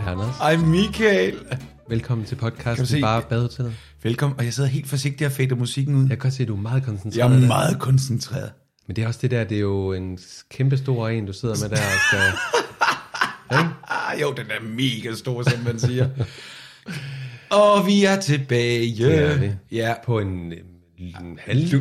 Anders. Ej, Michael. Velkommen til podcasten Bare Badehotellet. Velkommen, og jeg sidder helt forsigtigt og fader musikken ud. Jeg kan godt se, at du er meget koncentreret. Jeg er meget koncentreret. Men det er også det der, det er jo en kæmpe stor en, du sidder med der og skal... Jo, den er mega stor, som man siger. Og vi er tilbage. Det er vi. Ja. På en halvlun.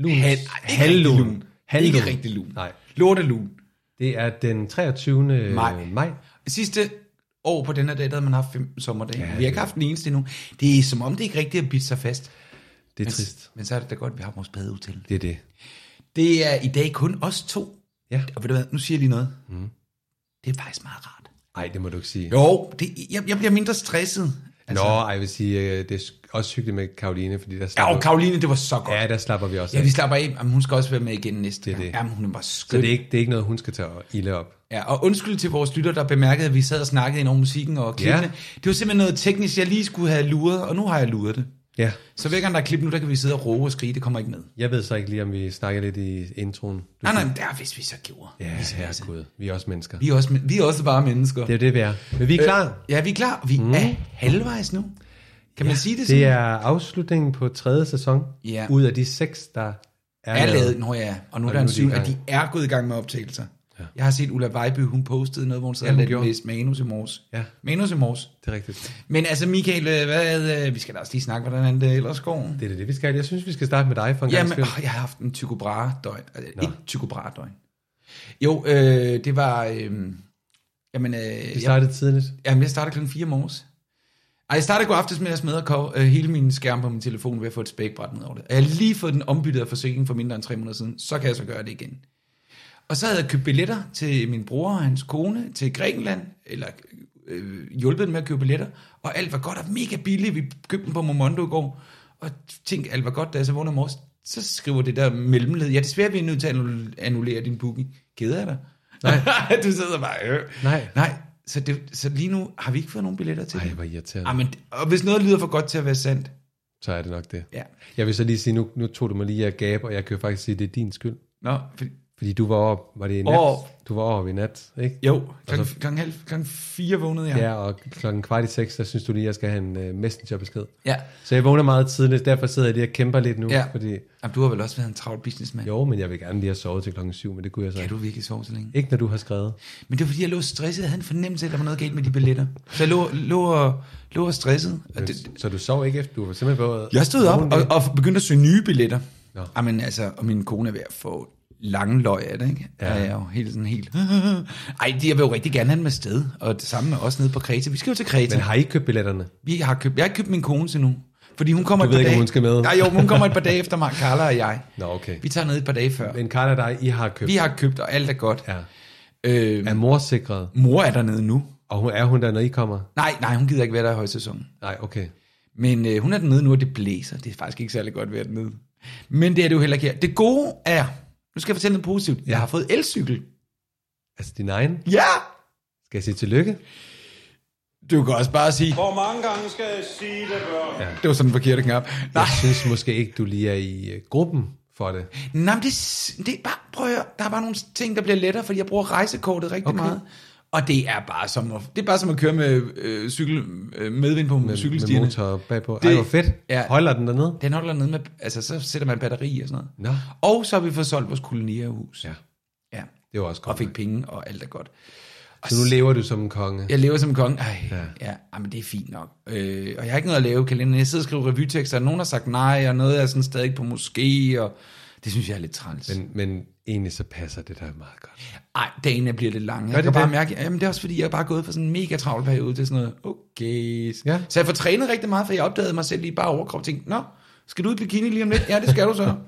Ikke rigtig lun. Nej. Lortelun. Det er den 23. maj. Sidste år på den her dag, der havde man haft 15 sommerdage. Ja, vi har ikke haft den eneste endnu. Det er som om, det ikke rigtig har bidt sig fast. Det er trist. Men så er det da godt, at vi har vores badehotel. Det er det. Det er i dag kun os to. Ja. Og ved du hvad, nu siger jeg lige noget. Det er faktisk meget rart. Nej, det må du ikke sige. Jo, jeg bliver mindre stresset. Altså. Jeg vil sige, det er også hyggeligt med Karoline, fordi der slapper... Ja, og Karoline, det var så godt. Ja, der slapper vi også af. Ja, vi slapper af. Jamen, hun skal også være med igen næste gang. Det. Jamen, hun er bare skøn. Så det er ikke noget, hun skal tage og ilde op. Ja, og undskyld til vores lytter, der bemærkede, at vi sad og snakkede ind over musikken og klippene. Ja. Det var simpelthen noget teknisk, jeg lige skulle have luret, og nu har jeg luret det. Ja. Så hver gang der er klip nu, der kan vi sidde og råbe og skrige, det kommer ikke med. Jeg ved så ikke lige, om vi snakker lidt i introen. Nej, det er hvis vi så gjorde. Ja, herregud. Vi er også mennesker. Vi er også bare mennesker. Det er det, vi er. Men vi er klar. Ja, vi er klar. Vi er halvvejs nu. Kan man sige det sådan? Det er afslutningen på 3. sæson. Ja. Ud af de 6, der er lavet. Nå ja, og nu er der en 7, og de er gået i gang med optagelser. Ja. Jeg har set Ulla Vejby, hun postede noget, hvor hun sad og læste manus i morges. Ja. Manus i morges. Det er rigtigt. Men altså Michael, vi skal da også lige snakke, hvordan det ellers går. Det er det, vi skal. Jeg synes, vi skal starte med dig for en gang skyld. Jeg har haft en Tycho Brahe-døgn. Et Tycho Brahe-døgn. Jo, det var... Vi startede tidligt. Jamen, jeg startede klokken 4 morges. Jeg startede god aftes med at smadre hele min skærm på min telefon ved at få et spækbræt ned over det. Jeg har lige fået den ombyttet af forsikring for mindre end 3 måneder siden. Så kan jeg så gøre det igen. Og så havde jeg købt billetter til min bror og hans kone til Grækenland, eller hjulpet dem med at købe billetter, og alt var godt og mega billigt. Vi købte dem på Momondo i går, og tænkte, alt var godt, da jeg så vågnede i morges. Så skriver det der mellemled, ja, desværre vi er nødt til at annullere din booking. Keder jeg dig? Nej. Du sidder bare, Nej. Så lige nu har vi ikke fået nogen billetter til det. Ej, hvor irriterende. Og hvis noget lyder for godt til at være sandt, så er det nok det. Ja. Jeg vil så lige sige, nu tog du mig lige at gabe, og jeg kan jo faktisk sige, at det er din skyld. Nå, fordi du var oppe, var det i nat? Du var oppe i nat, ikke? Jo, klokken 4 vågnede jeg. Ja, og klokken 5:15, der synes du lige, at jeg skal have en messengerbesked. Ja. Så jeg vågner meget tidligt, derfor sidder jeg lige og kæmper lidt nu. Ja. Fordi... Jamen, du har vel også været en travl businessman? Jo, men jeg vil gerne lige have sovet til klokken 7, men det kunne jeg så ikke. Kan du virkelig sove så længe? Ikke, når du har skrevet. Men det var fordi, jeg lå stresset. Jeg havde en fornemmelse af, at der var noget galt med de billetter. Så jeg lå og stresset. Så du sov ikke efter? Du var simpelthen både... Jeg stod op og begyndte at søge nye billetter. Jamen, altså, og min kone er ved at få lange løg af det, ikke? Ja. Jeg er jo helt sådan helt... Ej, jeg vil jo rigtig gerne have dem afsted. Og det samme med os nede på Kreta. Vi skal jo til Kreta. Men har I købt billetterne? Jeg har ikke købt min kone til nu. Fordi hun kommer du ved ikke, om hun skal med? Nej, jo, hun kommer et par dage efter mig, Carla og jeg. Nå, okay. Vi tager ned et par dage før. Men Carla og dig, I har købt? Vi har købt, og alt er godt. Ja. Er mor sikret? Mor er dernede nu. Og er hun der, når I kommer? Nej, hun gider ikke være der i højsæsonen. Nej, okay. Men hun er dernede nu, og det blæser. Det er faktisk ikke særlig godt at være dernede. Men det er det jo heller ikke her. Det gode er, nu skal jeg fortælle noget positivt. Jeg har fået elcykel. Altså din egen? Ja! Skal jeg sige tillykke? Du kan også bare sige... Hvor mange gange skal jeg sige det, børn? Ja. Det var sådan en forkert knap. Jeg synes måske ikke, du lige er i gruppen for det. Nej, men det er bare... Prøv at høre, der er bare nogle ting, der bliver lettere, fordi jeg bruger rejsekortet rigtig meget. Og det er bare som at køre med medvind på cykelstierne. Med motor bagpå. Ej, hvor fedt. Ja, holder den dernede? Den holder dernede med... Altså, så sætter man batteri og sådan noget. Nå. Og så har vi fået solgt vores kolonierhus. Ja. Det var også godt. Og fik penge, og alt er godt. Så nu lever du som en konge? Jeg lever som en konge. Men det er fint nok. Og jeg har ikke noget at lave i kalenderen. Jeg sidder og skriver revytekster, og nogen har sagt nej, og noget er sådan stadig på måske, og det synes jeg er lidt træls. Men egentlig så passer det der meget godt. Ej, dagene bliver lidt lange. Jeg kan bare mærke, jamen det er også fordi, jeg er bare gået fra sådan en mega travl periode til sådan noget, okay. Ja. Så jeg får trænet rigtig meget, for jeg opdagede mig selv lige bare overkrop og tænkte, nå, skal du i bikini lige om lidt? Ja, det skal du så.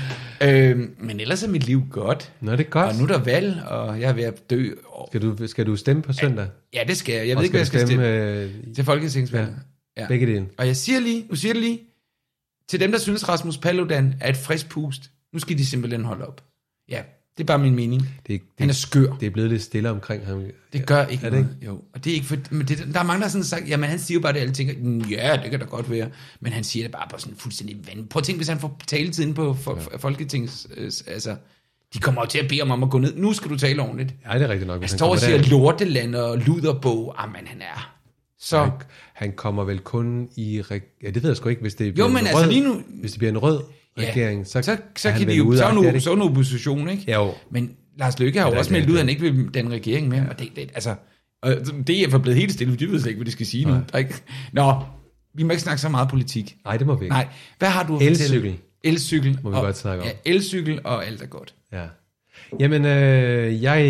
Men ellers er mit liv godt. Nå, det er godt. Og nu er der valg, og jeg er ved at dø. Skal du stemme på søndag? Ja, det skal jeg. Jeg ved ikke, hvad jeg skal stemme. Til Folketingsvalget. Ja. Begge dele. Og jeg siger det lige, til dem, der synes, Rasmus Paludan er et frisk pust, nu skal de simpelthen holde op. Ja, det er bare min mening. Han er skør. Det er blevet lidt stille omkring ham. Det gør ikke noget. Ikke? Jo. Og det er ikke for, men der er mange, der har sådan sagt, jamen han siger jo bare det, alle tænker, ja, det kan da godt være. Men han siger det bare på sådan fuldstændig vand. Prøv at tænke, hvis han får taletiden på Folketings... altså, de kommer jo til at bede om at gå ned. Nu skal du tale ordentligt. Ja, det er rigtigt nok. Han står og siger lorteland og luderbog. Jamen, han er... Så... Han kommer vel kun i... Ja, det ved jeg sgu ikke, hvis det bliver Jo, men en altså rød, lige nu... hvis det bliver en rød regering, så så er han kan de vel jo... ude Så af er det. en opposition, ikke? Jo. Men Lars Løkke har jo også meldt ud, at han ikke vil den regering mere. Og det altså... Og det er blevet helt stille, for de ved slet ikke, hvad de skal sige nu. Der er ikke... Nå, vi må ikke snakke så meget politik. Nej, det må vi ikke. Nej, hvad har du at fortælle? Elcykel. Elcykel. Må vi godt snakke om. Ja, elcykel og alt er godt. Ja. Jamen, jeg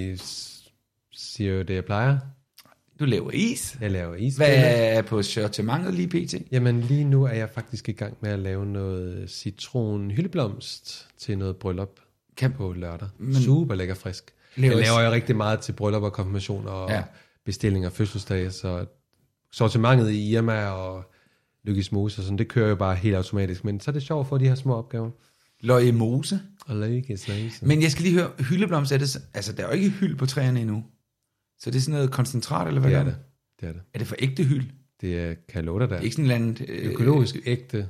siger jo det, jeg plejer. Du laver is. Jeg laver is. Hvad er på sortimentet lige pt? Jamen, lige nu er jeg faktisk i gang med at lave noget citron-hyldeblomst til noget bryllup på lørdag. Super lækker frisk. Jeg laver jo rigtig meget til bryllup og konfirmation og bestillinger og fødselsdage, så sortimentet i Irma og Lykkes Mose og sådan, det kører jo bare helt automatisk. Men så er det sjovt at få de her små opgaver. Løje Mose. Og Lykkes Mose. Men jeg skal lige høre, hyldeblomst, altså der er jo ikke hyld på træerne endnu. Så det er sådan noget koncentrat, eller hvad det er det? Det er det. Er det for ægte hyld? Det kan jeg love dig der. Ikke sådan et eller andet... Økologisk ægte.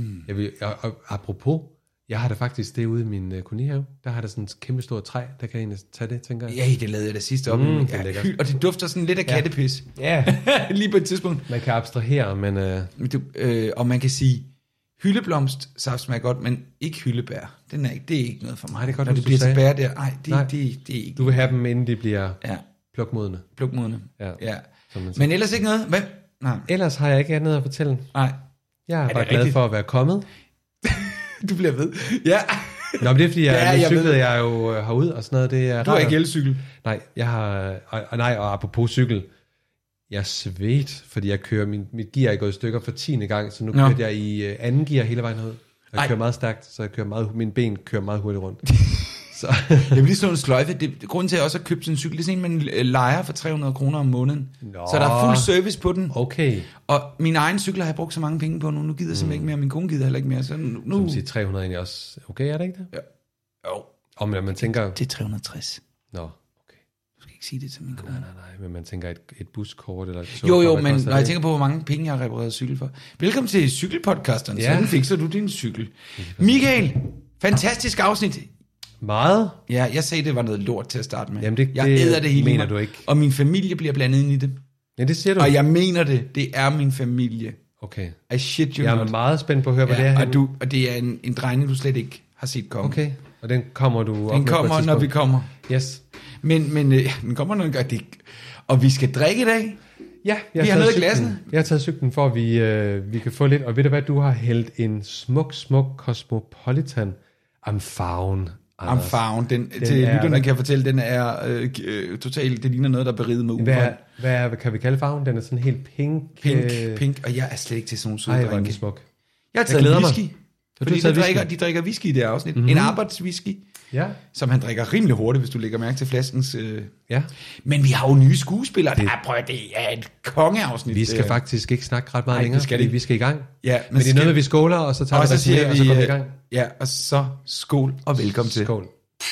Apropos, jeg har da faktisk det ude i min kolonihave. Der har der sådan et kæmpe stort træ, der kan egentlig tage det, tænker jeg. Ja, det lavede jeg da sidste op. Det er lækkert. Og det dufter sådan lidt af kattepis. Ja. Lige på et tidspunkt. Man kan abstrahere, men... Og man kan sige, hyldeblomst saft smager godt, men ikke hyldebær. Det er ikke noget for mig. Nej, det er godt, når det bliver til bær der. Det er ikke. Du vil have dem, inden de bliver plukmodne. Plukmodne. Ja. Men ellers ikke noget? Hvad? Nej. Ellers har jeg ikke andet at fortælle. Nej. Jeg er bare glad for at være kommet. Du bliver ved. Ja. Nå, men det er fordi, jeg cyklede jeg jo herud og sådan noget. Det er du har ikke elcykel? Nej, jeg har... Og apropos cykel. Jeg svedt, fordi jeg kører... Mit gear er gået i stykker for 10. gang, så nu kører jeg i anden gear hele vejen ud. Jeg kører meget stærkt, så jeg kører meget, mine ben kører meget hurtigt rundt. Så. Jeg vil lige slå en sløjfe. Grunden til, at jeg også har købt sådan en cykel, det er sådan en, man lejer for 300 kroner om måneden. Så der er fuld service på den. Okay. Og min egen cykel har jeg brugt så mange penge på nu. Nu gider jeg simpelthen ikke mere, min kone gider heller ikke mere. Så nu... Som siger 300 egentlig også. Okay, er det ikke det? Ja. Jo. Og man tænker... Det er 360. Nå, okay. Du skal ikke sige det til min kone. Nej, men man tænker et buskort eller et Jo, men når jeg tænker på, hvor mange penge jeg har repareret cykel for. Velkommen til cykelpodcasten. Ja. Sådan fikser du din cykel. Michael, fantastisk afsnit. Meget? Ja, jeg sagde, det var noget lort til at starte med. Jamen jeg æder det hele. Mener du ikke? Og min familie bliver blandet ind i det. Ja, det siger du. Og jeg mener det. Det er min familie. Okay. I shit you not. Jeg er meget spændt på at høre, hvad det er. Og det er en drejning, du slet ikke har set komme. Okay. Og den kommer du op. Den kommer, når vi kommer. Yes. Men den kommer, når vi gør det. Og vi skal drikke i dag. Ja, vi har noget i glassen. Jeg har taget cyklen for, at vi kan få lidt. Og ved du hvad, du har hældt en smuk Cosmopolitan Amfaun. Amfaun, til lytterne kan jeg fortælle, den er totalt, det ligner noget, der er beriget med uhold. Hvad kan vi kalde farven? Den er sådan helt pink. Pink, og jeg er slet ikke til sådan nogle søde drinke. Ej, smuk. Jeg har taget whisky, fordi de drikker whisky i det afsnit. En arbejdswhisky, som han drikker rimelig hurtigt, hvis du lægger mærke til flaskens... Men vi har jo nye skuespillere. Det er et kongeafsnit. Vi skal faktisk ikke snakke ret meget længere, vi skal i gang. Ja, men det er noget med, vi skåler, og så tager vi det, og så går vi i gang. Ja, og så skål og velkommen til. Skål.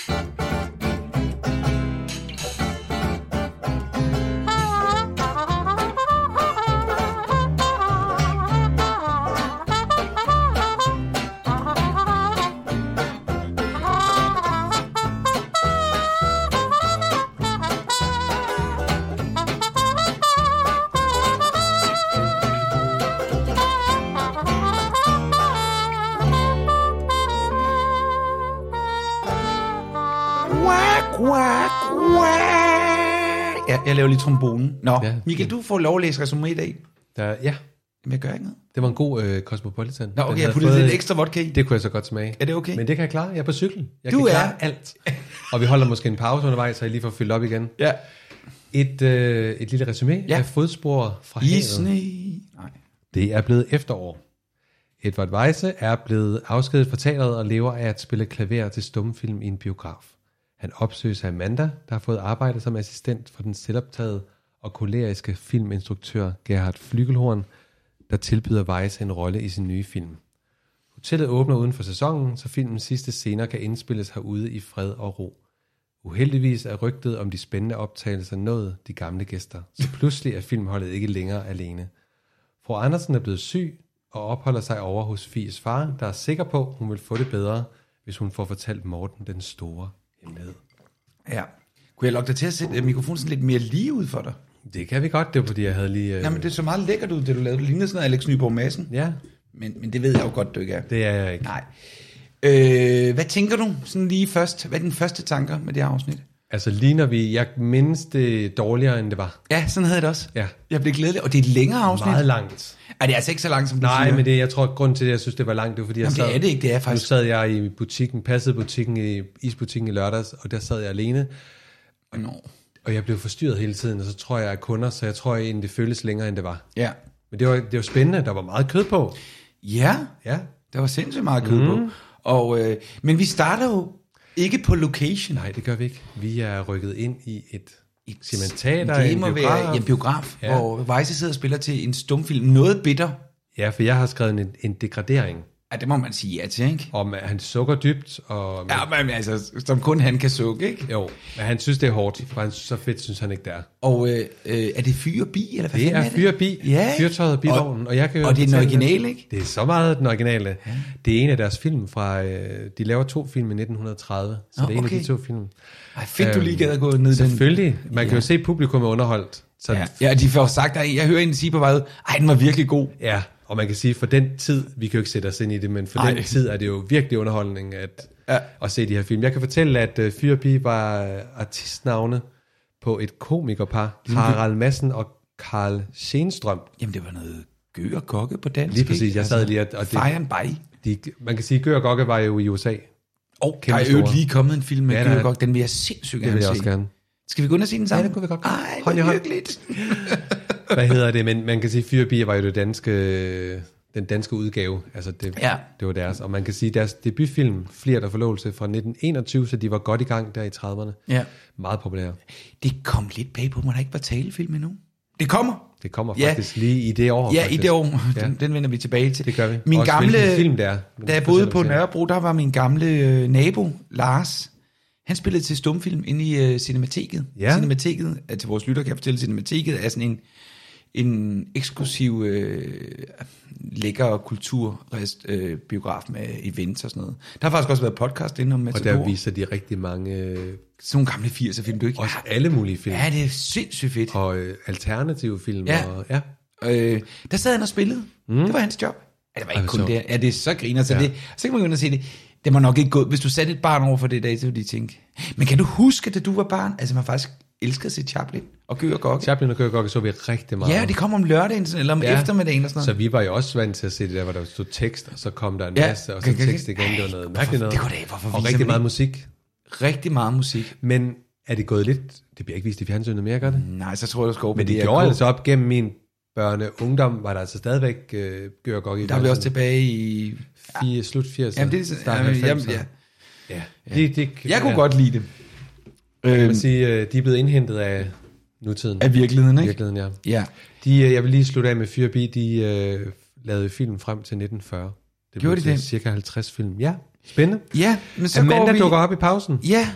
Jeg laver lige trombonen. Nå, Michael, du får lov at læse resumé i dag. Ja. Men jeg gør ikke noget. Det var en god Cosmopolitan. Nå, okay, jeg puttede lidt ekstra vodka i. Det kunne jeg så godt smage. Er det okay? Men det kan jeg klare. Jeg er på cyklen. Jeg kan klare alt. Og vi holder måske en pause undervejs, så jeg lige får fyldt op igen. Ja. Et lille resumé af fodspor fra havet. I sne. Nej. Det er blevet efterår. Edward Weisse er blevet afskediget fra teatret og lever af at spille klaver til stumfilm i en biograf. Han opsøges af Amanda, der har fået arbejde som assistent for den selvoptagede og koleriske filminstruktør Gerhard Flygelhorn, der tilbyder Weisse en rolle i sin nye film. Hotellet åbner uden for sæsonen, så filmens sidste scener kan indspilles herude i fred og ro. Uheldigvis er rygtet om de spændende optagelser nået de gamle gæster, så pludselig er filmholdet ikke længere alene. Fru Andersen er blevet syg og opholder sig over hos Fies far, der er sikker på, at hun vil få det bedre, hvis hun får fortalt Morten den store hemmelighed. Ja. Kunne jeg lokke dig til at sætte mikrofonen sådan lidt mere lige ud for dig? Det kan vi godt, det var fordi, jeg havde lige... Nej, men det så meget lækkert ud, det du lavede. Det lignede sådan noget Alex Nyborg Madsen. Ja, Men det ved jeg jo godt, du ikke er. det er jeg ikke. Nej. Hvad tænker du sådan lige først? Hvad er dine første tanker med det her afsnit? Altså lige når jeg mindes det dårligere, end det var. Ja, sådan havde jeg det også. Ja. Jeg blev glædelig, og det er et længere afsnit. Meget langt. Er det er altså ikke så langt, som du Nej, siger? men jeg tror, at grunden til det, jeg synes, det var langt, det var fordi, Jamen, det er det ikke, det er faktisk... Nu sad jeg i butikken, passede butikken i isbutikken i lørdags, og der sad jeg alene. Og jeg blev forstyrret hele tiden, og så tror jeg, at kunder, så jeg tror egentlig, det føltes længere, end det var. Ja. Men det var spændende, der var meget kød på. Ja, Ja. der var sindssygt meget kød på. Og, men vi starter jo ikke på location. Nej, det gør vi ikke. Vi er rykket ind i et cimentater, det en må biograf. være en biograf, Ja. hvor Weisse sidder og spiller til en stumfilm. Noget bitter. Ja, for jeg har skrevet en degradering. Ja, det må man sige ja til, ikke? Om at han sukker dybt, og... Ja, men altså, som kun han kan sukke, ikke? Jo, men han synes, det er hårdt, for han, så fedt synes han ikke, det er. Og er det Fyr og Bi, eller hvad Det fanden er Fyr og Bi, Ja. Fyrtøjet og Bivognen, og jeg kan jo Og det er den fortælle originale, ikke? Det er så meget den originale. Ja. Det er en af deres film fra... de laver 2 film i 1930, så det er en af de 2 film. Ej, fedt, du lige gad at gå ned den. Selvfølgelig. Man kan jo se, publikum er underholdt. Så Ja, de får sagt, at jeg hører en sige på vej ud, ej, den var virkelig god. Ja, og man kan sige, for den tid, vi kan jo ikke sætte os ind i det, men for den tid er det jo virkelig underholdning at se de her film. Jeg kan fortælle, at Fyr og Bi var artistnavne på et komikerpar, Harald Madsen og Karl Schenstrøm. Jamen, det var noget Gø og Gokke på dansk. Lige præcis, jeg sad lige og Fire and By. man kan sige, at Gø og Gokke var jo i USA. Og der er jo lige kommet en film med Ja, Gø og Gokke, den vil jeg sindssygt Det gerne vil se. jeg også gerne. Skal vi gå ind og se den sammen? Ja, det kunne vi godt. Ej, Hånd i hvor hånd. hyggeligt. Hvad hedder det? Men man kan sige, at Fyr og Bi var jo den danske udgave. Altså det var deres. Og man kan sige, deres debutfilm, Flirt og forlovelse fra 1921, så de var godt i gang der i 30'erne. Ja. Meget populære. Det kom lidt bag på, at der ikke var talefilm endnu. Det kommer. Det kommer faktisk lige i det år. Ja, faktisk. i det år. Den vender vi tilbage til. Det gør vi. Min også gamle film der. Da jeg boede på Nørrebro, der var min gamle nabo, Lars. Han spillede til stumfilm inde i Cinemateket. Ja. Cinemateket, til vores lytter kan jeg fortælle, Cinemateket er sådan en eksklusiv, lækker kulturbiograf med events og sådan noget. Der har faktisk også været podcast inde om Matador. Og der viser de rigtig mange... sådan nogle gamle 80'er film, du ikke? Også alle mulige film. Ja, det er sindssygt fedt. Og alternative film. Ja. Og, ja. Der sad han og spillede. Det var hans job. Ja, det var ikke kun det. Ja, det er så griner. Så, så kan man gå ind og se det. Det var nok ikke godt. Hvis du satte et barn over for det i dag, så ville de tænke. Men kan du huske, da du var barn? Altså, man faktisk elskede at se Chaplin og Gø og Gokke. Chaplin og Gø og Gokke så vi rigtig meget. Ja, det kom om lørdagen, eller om eftermiddagen og sådan noget. Så vi var jo også vant til at se det der, hvor der stod tekst, og så kom der en masse, og så tekst igen. Det var noget mærkeligt noget. Det kunne da ikke, hvorfor og rigtig meget musik. Rigtig meget musik. Men er det gået lidt... Det bliver ikke vist i fjernsynet mere, gør det? Nej, så tror jeg, der skal Men det gjorde altså op gennem min ungdom, var der altså stadigvæk Gø og Gokke i. Der er vi også tilbage i... Slut 80'erne. Jamen, det er... Start 90'erne. Ja. Jeg kunne godt lide det. Jeg vil sige, de er blevet indhentet af nutiden. Af virkeligheden, ikke? Virkeligheden, ja. Jeg vil lige slutte af med Fyr og Bi. De lavede film frem til 1940. Det gjorde de det? Cirka 50 film. Ja, spændende. Ja, men så Amanda går vi... dukker op i pausen. Ja,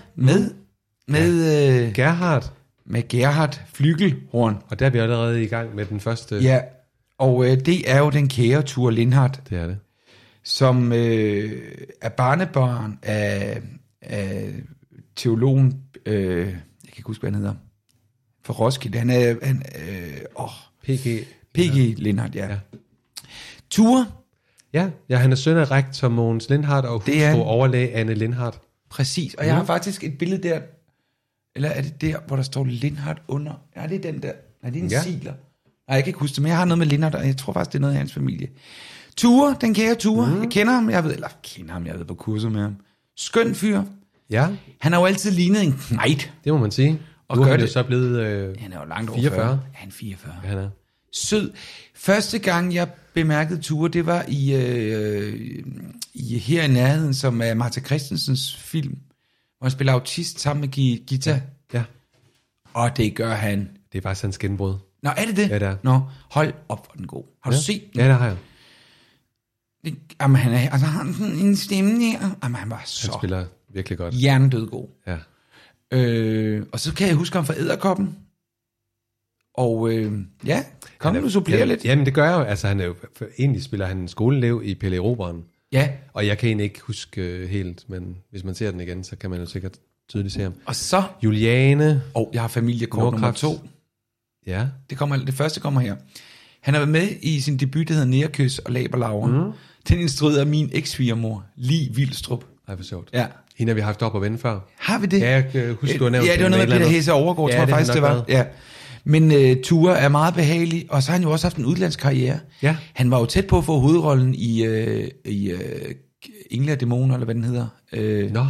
med Gerhard. Med Gerhard Flygelhorn. Og der er vi allerede i gang med den første. Ja, og det er jo den kære Thure Lindhardt. Det er det. Som er barnebarn af teologen, jeg kan ikke huske, hvad han hedder, for Roskilde. P.G. Lindhardt, ja. Thure. Ja, han er søn af rektor Mogens Lindhardt og hustru overlæge Anne Lindhardt. Præcis, og jeg har faktisk et billede der, eller er det der, hvor der står Lindhardt under? Ja, det er den der. Nej, det er en siler. Nej, jeg kan ikke huske det, men jeg har noget med Lindhardt, og jeg tror faktisk, det er noget af hans familie. Thure, den kære Thure. Jeg kender ham, jeg ved på kurser med ham. Skøn fyr. Ja. Han har jo altid lignet en knejt. Det må man sige. Og nu er han jo så blevet han er jo langt over 44. 40. Han er 44. Ja, han er. Sød. Første gang, jeg bemærkede Thure, det var i her i nærheden, som er Martha Christensens film, hvor han spiller autist sammen med Gita. Ja. Og det gør han. Det er faktisk hans genbrud. Nå, er det det? Ja, det er. Nå, hold op, hvor den god. Har du set den? Ja, det har jeg. Jamen, han har sådan en stemme der. Jamen, han var så... Han spiller virkelig godt. Hjernedød god. Ja. Og så kan jeg huske ham fra Edderkoppen. Og kom du supplerer lidt. Jamen, det gør jeg jo. Altså, egentlig spiller han en skoleelev i Pelle Erobreren. Ja. Og jeg kan egentlig ikke huske helt, men hvis man ser den igen, så kan man jo sikkert tydeligt se ham. Og så... Juliane. Jeg har familiekort nummer 2. Ja. Det første kommer her. Han har været med i sin debut, der hedder Nærkys og Laberlaver. Den instrueret af min eks-svigermor, Li Vildstrup. Ej, hvor sjovt. Ja. Hende har vi haft op at vende før. Har vi det? Ja, jeg husker, du har nævnt det var noget med Peter Hesse Overgaard, tror jeg faktisk, det var. Ja. Men Ture er meget behagelig, og så har han jo også haft en udlandskarriere. Ja. Han var jo tæt på at få hovedrollen i Engle og Dæmoner, eller hvad den hedder. Nå.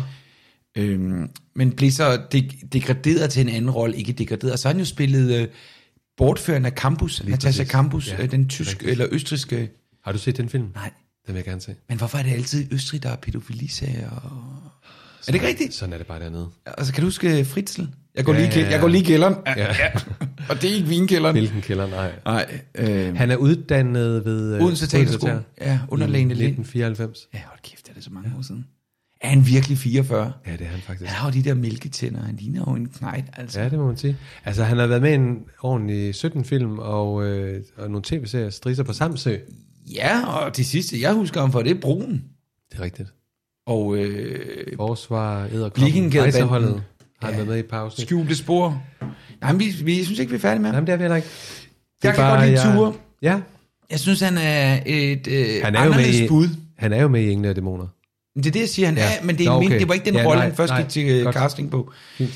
Men blev så degraderet til en anden rolle, ikke degraderet. Så har han jo spillet Bortførende af Campus, Natascha Campus, den tyske eller østrigske. Har du set den film? Nej. Den vil jeg gerne se. Men hvorfor er det altid i Østrig, der er pædofilisager? Er det ikke rigtigt? Sådan er det bare dernede. Altså, kan du huske Fritzl? Jeg går lige i kælderen. Ja. Og det er ikke vinkælderen. Hvilken kælder? Nej. Han er uddannet ved Odense Teaterskole. Ja, underlægende Lind. 1994. Ja, hold kæft, er det så mange år siden. Er han virkelig 44? Ja, det er han faktisk. Han har jo de der mælketænder. Han ligner jo en knejt, altså. Ja, det må man sige. Altså, han har været med i en ordentlig 17 film og nogle tv-serier, Strisser på Samsø. Ja, og det sidste, jeg husker ham for, det er Broen. Det er rigtigt. Og Forsvar, Edderkoppen, Rejseholdet har han været med i pausen. Skjulte spor. Nej, men vi synes ikke, vi er færdige med ham. Nej, det er vi heller ikke. Jeg kan godt lide Ture. Ja. Jeg synes, han er et han er anderledes bud. Han er jo med i Engle og Dæmoner. Det er det, jeg siger, han er, men det, det var ikke den rolle, han først gik til casting på.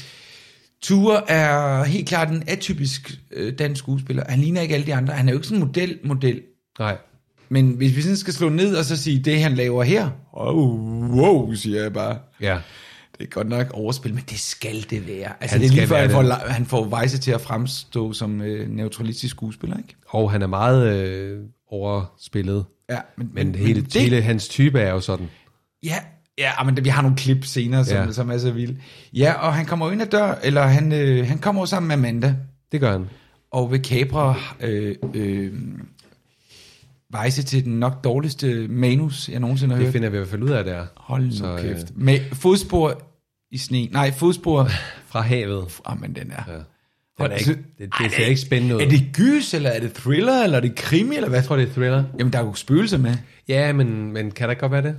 Ture er helt klart en atypisk dansk skuespiller. Han ligner ikke alle de andre. Han er jo ikke sådan en model. Nej. Men hvis vi sådan skal slå ned og så sige, det han laver her, wow, siger jeg bare. Ja. Det er godt nok overspil, men det skal det være. Altså, det er lige før, han får Weisse til at fremstå som neutralistisk skuespiller, ikke? Og han er meget overspillet. Ja, men hele hans type er jo sådan. Ja, men vi har nogle klip senere, som er så vilde. Ja, og han kommer ind ad dør, eller han kommer sammen med Amanda. Det gør han. Og vil kapre Weisse til den nok dårligste manus, jeg nogensinde har hørt. Det finder vi i hvert fald ud af der. Hold nu kæft. Med fodspor i sne. Nej, fodspor fra havet. Men den er... Ja. Det ser ikke spændende ud. Er det gys, eller er det thriller, eller er det krimi, eller hvad? Jeg tror, det er thriller. Jamen, der er jo spøgelser med. Ja, men kan der godt være det?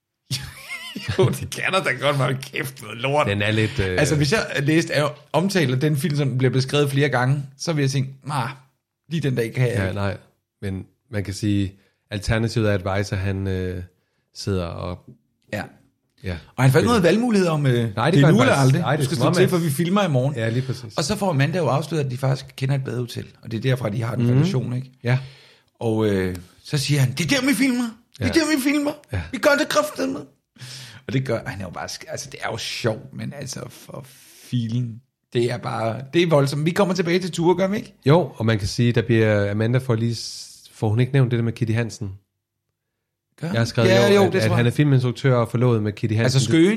Jo, det kan der da godt være. Kæft, noget lort. Den er lidt... Altså, hvis jeg læste omtaler den film, som bliver beskrevet flere gange, så vil jeg tænke, lige den dag kan jeg... Ja, nej. Men man kan sige, alternativet er, at Weisse, han sidder og... Ja. Og han får ikke noget valgmulighed om, det er nu eller aldrig. Nej, det skal stå til, for vi filmer i morgen. Ja, lige præcis. Og så får Amanda jo afsløret, at de faktisk kender et badehotel. Og det er derfra, de har den relation, ikke? Ja. Og så siger han, det er der, vi filmer. Det er der, vi filmer. Ja. Vi gør det kraftedeme. Og det gør, han er jo bare, altså det er jo sjovt, men altså for filen. Det er voldsomt. Vi kommer tilbage til Ture, gør vi ikke? Jo, og man kan sige, der bliver Amanda får hun ikke nævnt det der med Kitty Hansen? Jeg har skrevet at han er filminstruktør og forlovet med Kitty Hansen. Altså Skøen?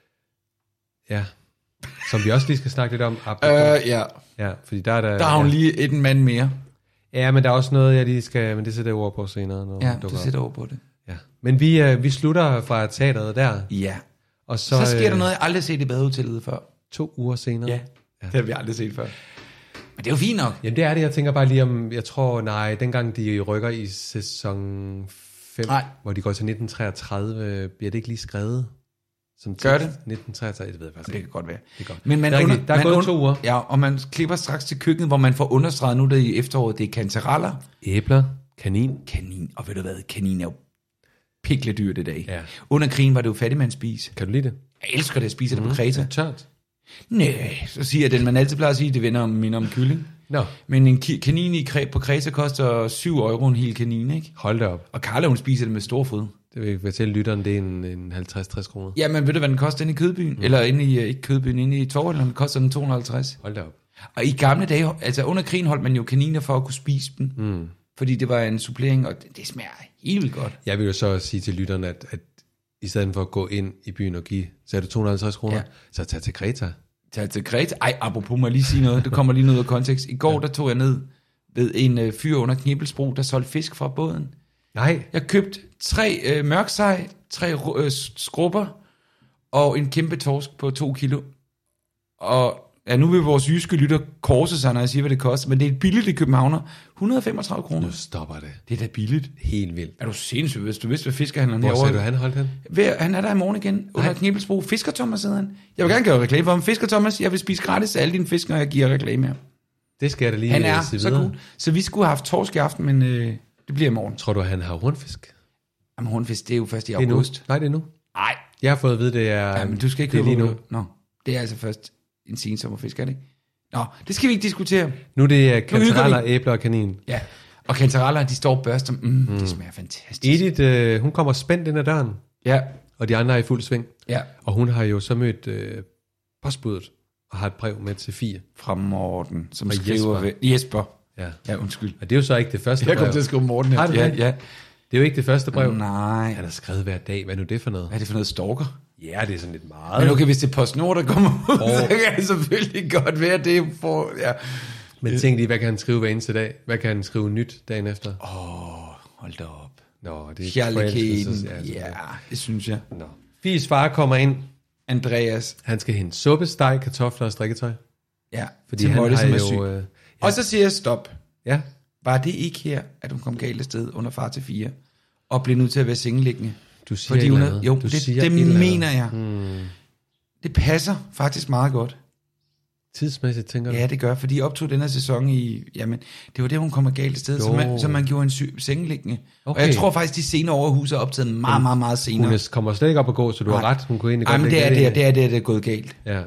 Ja, som vi også lige skal snakke lidt om. Ja. Ja, fordi der har hun lige et mand mere. Ja, men der er også noget, jeg lige skal, men det sætter jeg ord på senere. Når du sætter ord på det. Ja. Men vi slutter fra teateret der. Ja. Og så sker der noget, jeg aldrig set i badehotellet før. 2 uger senere. Ja, det har vi aldrig set før. Men det er jo fint nok. Jamen det er det, jeg tænker bare lige om, jeg tror, dengang de rykker i sæson 5, hvor de går til 1933, bliver det ikke lige skrevet? Som gør det? 1933, det ved jeg faktisk. Det kan godt være. Det er godt. Men der er gået 2 uger. Ja, og man klipper straks til køkkenet, hvor man får understreget nu, der i efteråret, det er kantareller. Æbler, kanin. Og ved du hvad, kanin er jo pikledyr det dag. Ja. Under krigen var det jo fattigmandsspis. Kan du lide det? Jeg elsker det at spise det på Kreta. Det er tørt. Nej, så siger jeg den, man altid plejer at sige, det minder om kylling. No. Men en kanin på Kreta koster 7 euro en hel kanin, ikke? Hold da op. Og Carla, hun spiser det med stor fryd. Det vil fortælle lytteren, det er en 50-60 kroner. Ja, men ved du, hvad den koster inde i Kødbyen? Eller ikke Kødbyen, inde i Torvald, koster den 250. Hold da op. Og i gamle dage, altså under krigen holdt man jo kaniner for at kunne spise dem. Fordi det var en supplering, og det smager helt vildt godt. Jeg vil jo så sige til lytteren, at i stedet for at gå ind i byen og give, så er det 250 kroner, så tag til Kreta. Tag til Kreta? Ej, apropos må jeg lige sige noget. Det kommer lige noget af kontekst. I går, der tog jeg ned ved en fyr under Knibelsbro, der solgte fisk fra båden. Nej. Jeg købte 3 mørksej, 3 skrubber og en kæmpe torsk på 2 kilo. Og nu vil vores jyske lytter korse sig, når jeg siger, hvad det koster. Men det er billigt i Københavner. 135 kroner. Nu stopper det. Det er da billigt. Helt vildt. Er du sindssygt, hvis du vidste, hvad fiskerhandleren herovre... Hvor sagde du, han holdt han? Han er der i morgen igen, under Knibelsbro. Fisker Thomas hedder han. Jeg vil gerne gøre reklame for ham. Fisker Thomas, jeg vil spise gratis af alle dine fisk, når jeg giver reklame her. Det skal jeg da lige Han er se så videre. cool. Så vi skulle have haft torsk i aften, men det bliver i morgen. Tror du, han har hornfisk? Jamen hornfisk, det er jo først i Det er nu. august. Nej, det er nu. Nej, Jeg har fået at vide, det er... ja, men du skal ikke det er lige høre nu. på- Nå, det er altså først en sensommerfisk, er det ikke? Nå, det skal vi ikke diskutere. Nu er det hygger kantareller, æbler og kanin. Ja, og kantareller, de står og børster. Det smager fantastisk. Edith, hun kommer spændt ind ad døren, Ja, og de andre er i fuld sving. ja. Og hun har jo så mødt postbuddet og har et brev med til Fie. Fra Morten, som Fra skriver Jesper. Jesper. Ja. Ja, undskyld. Og det er jo så ikke det første Jeg brev. kom til at skrive Morten. Har du Ja, det? ja. Det er jo ikke det første brev. Nej. Han har skrevet hver dag. Hvad er nu det for noget? Hvad er det for noget stalker? Ja, det er sådan lidt meget. Men okay, hvis det er PostNord, der kommer ud, så kan det selvfølgelig godt være, det for... Ja. Men tænk lige, hvad kan han skrive hver eneste dag? Hvad kan han skrive nyt dagen efter? Hold da op. Nå, det er Kærligheden. forelskelse, Ja, det synes jeg. Nå. Fies far kommer ind. Andreas. Han skal hente suppe, steg, kartofler og strikketøj. Ja, Fordi til han Molly, har som er jo... syg. Og så siger jeg stop. ja, Var det ikke her, at hun kom galt af sted under far til 4, og blev nødt til at være sengeliggende? du siger Fordi et hun eller er, andet. jo, Du det siger et eller andet. mener jeg. Det passer faktisk meget godt. Tidsmæssigt, tænker du? Ja, det gør, fordi optog den her sæson i... Jamen, det var det, hun kom galt af sted, så man gjorde en sengeliggende. Okay. Og jeg tror faktisk, de scener over huset er optaget meget, meget senere. Hun kommer slet ikke op at gå, så du har ret. Hun kunne egentlig Ej, godt men lægge det er gået galt. Ja.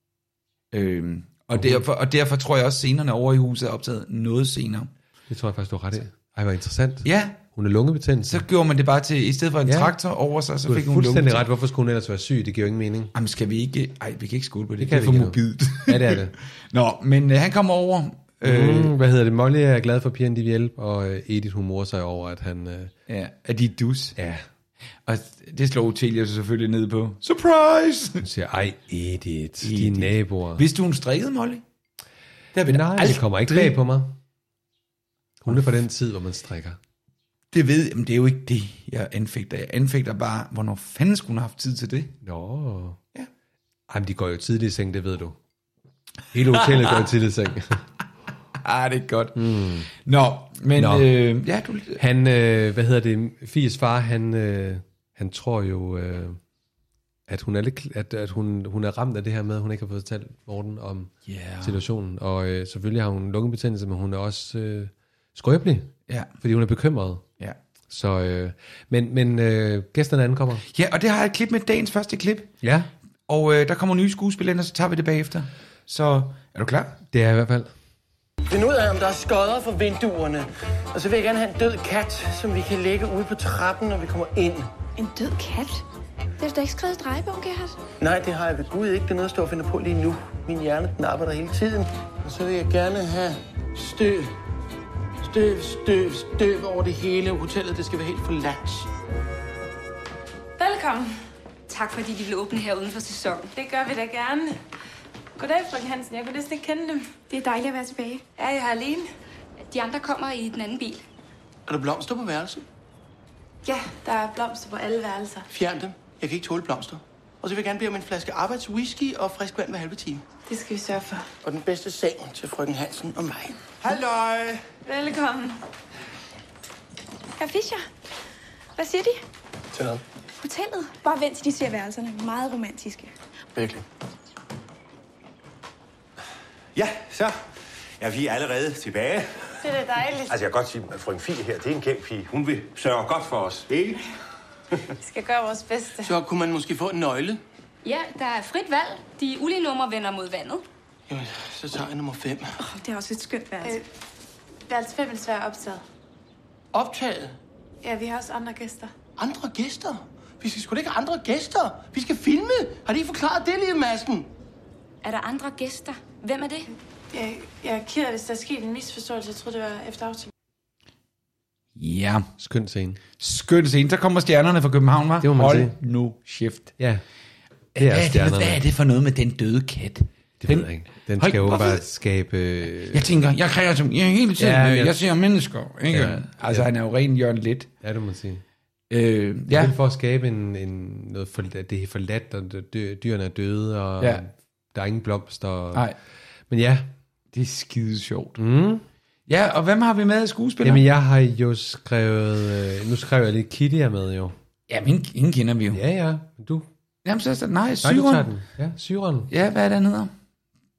Og derfor tror jeg også, scenerne over i huset er optaget noget senere. Det tror jeg faktisk, du har ret i. Ej, hvor interessant. Ja, Hun er lungebetændelse. så gjorde man det bare til, i stedet for en traktor over sig, så Du fik er hun fuldstændig lungebetændelse. ret. Hvorfor skulle hun ellers være syg? Det giver jo ingen mening. Jamen, skal vi ikke... Ej, vi kan ikke skole på det. Det kan er vi for ikke nu. mobilt. Ja, det er det. Nå, men han kommer over. Hvad hedder det? Molly er glad for, at pigerne de vil hjælpe, og Edith hun morer sig over, at han... Ja, er de dus. ja, Og det slår Otelia så selvfølgelig ned på. Surprise! hun siger, ej Edith, de naboer. Vidste du, hun strikkede, Molly? Det Nej, det kommer ikke bag på mig. Hun er fra den tid, hvor man strikker. Det ved jeg, men det er jo ikke det, jeg anfægter. Jeg anfægter bare, hvornår fanden skulle hun have haft tid til det? Nå. Ja. Ej, men de går jo tidligt i seng, det ved du. Hele hotellet går jo tidligt i seng. Det er godt. Nå, men Nå. ja, du... Han, hvad hedder det, Fies far, han tror jo, at hun er lidt, at hun er ramt af det her med, at hun ikke har fået fortalt Morten om situationen. Og selvfølgelig har hun lungebetændelse, men hun er også skrøbelig, Ja. fordi hun er bekymret. Ja. Så, men gæsterne ankommer. Ja, og det har jeg et klip med, dagens første klip. Ja, Og der kommer nye skuespillere ind, og så tager vi det bagefter. Så er du klar? det er i hvert fald. Find ud af, om der er skodder for vinduerne. Og så vil jeg gerne have en død kat, som vi kan lægge ude på trappen, når vi kommer ind. En død kat? Det har du da ikke skrevet i drejebogen, Gerhard. Nej, det har jeg ved Gud ikke. Det er noget, jeg står og finder på lige nu. Min hjerne, den arbejder hele tiden. Og så vil jeg gerne have støv. Støv over det hele. Hotellet, det skal være helt forladt. Velkommen. Tak fordi de vil åbne her uden for sæsonen. Det gør vi da gerne. Goddag, frøken Hansen. Jeg kunne næsten ikke kende dem. Det er dejligt at være tilbage. Er jeg her alene? De andre kommer i den anden bil. Er der blomster på værelset? Ja, der er blomster på alle værelser. Fjern dem. Jeg kan ikke tåle blomster. Og så vil jeg gerne bede om en flaske arbejdswhisky og frisk vand hver halve time. Det skal vi sørge for. Og den bedste seng til frøken Hansen og mig. Halløj! Velkommen. Herr Fischer, hvad siger de? Til hvad? Hotellet. Bare vent til de ser værelserne. Meget romantiske. Virkelig. Ja, så er vi allerede tilbage. Det er da dejligt. Altså, jeg kan godt sige, at frøken Fie her, det er en kæmpe pige. Hun vil sørge godt for os, ikke? Vi skal gøre vores bedste. Så kunne man måske få en nøgle. Ja, der er frit valg. De ulige numre vender mod vandet. Jamen, så tager jeg nummer 5. Det er også et skønt værelse. Værelse 5 vil være optaget. Optaget. Ja, vi har også andre gæster. Andre gæster? Vi skal sgu da ikke have andre gæster. Vi skal filme. Har de ikke forklaret det, lille masken? Er der andre gæster? Hvem er det? Jeg er ked af, hvis der er sket en misforståelse. Jeg troede, det var efter aftale. Ja, Skøn scene. skøn scene. Så kommer stjernerne fra København, hva'? Det må man Hold sige. nu shift. Ja, det er stjernerne. Hvad er det for noget med den døde kat? Det ved jeg ikke. Den skal jo bare skabe... Jeg tænker, jeg kræver som jeg hele tiden, Ja, jeg ser mennesker, ikke? Ja. Altså, han er jo ren Jørgen Lidt. Ja, det må man sige. Ja, Det er for at skabe noget det er forladt, og dyrene er døde, og Ja. der er ingen blomster. Og... nej, Men ja, det er skide sjovt. mm. Ja, og hvem har vi med af skuespillere? Jamen jeg har jo skrevet, nu skrev jeg lidt Kitty er med jo. Jamen, ingen kender vi jo. Ja, ja, men du, Jamen, så, nej, nej, du Syren. tager den. Ja, Syren. Ja, hvad er det, han hedder?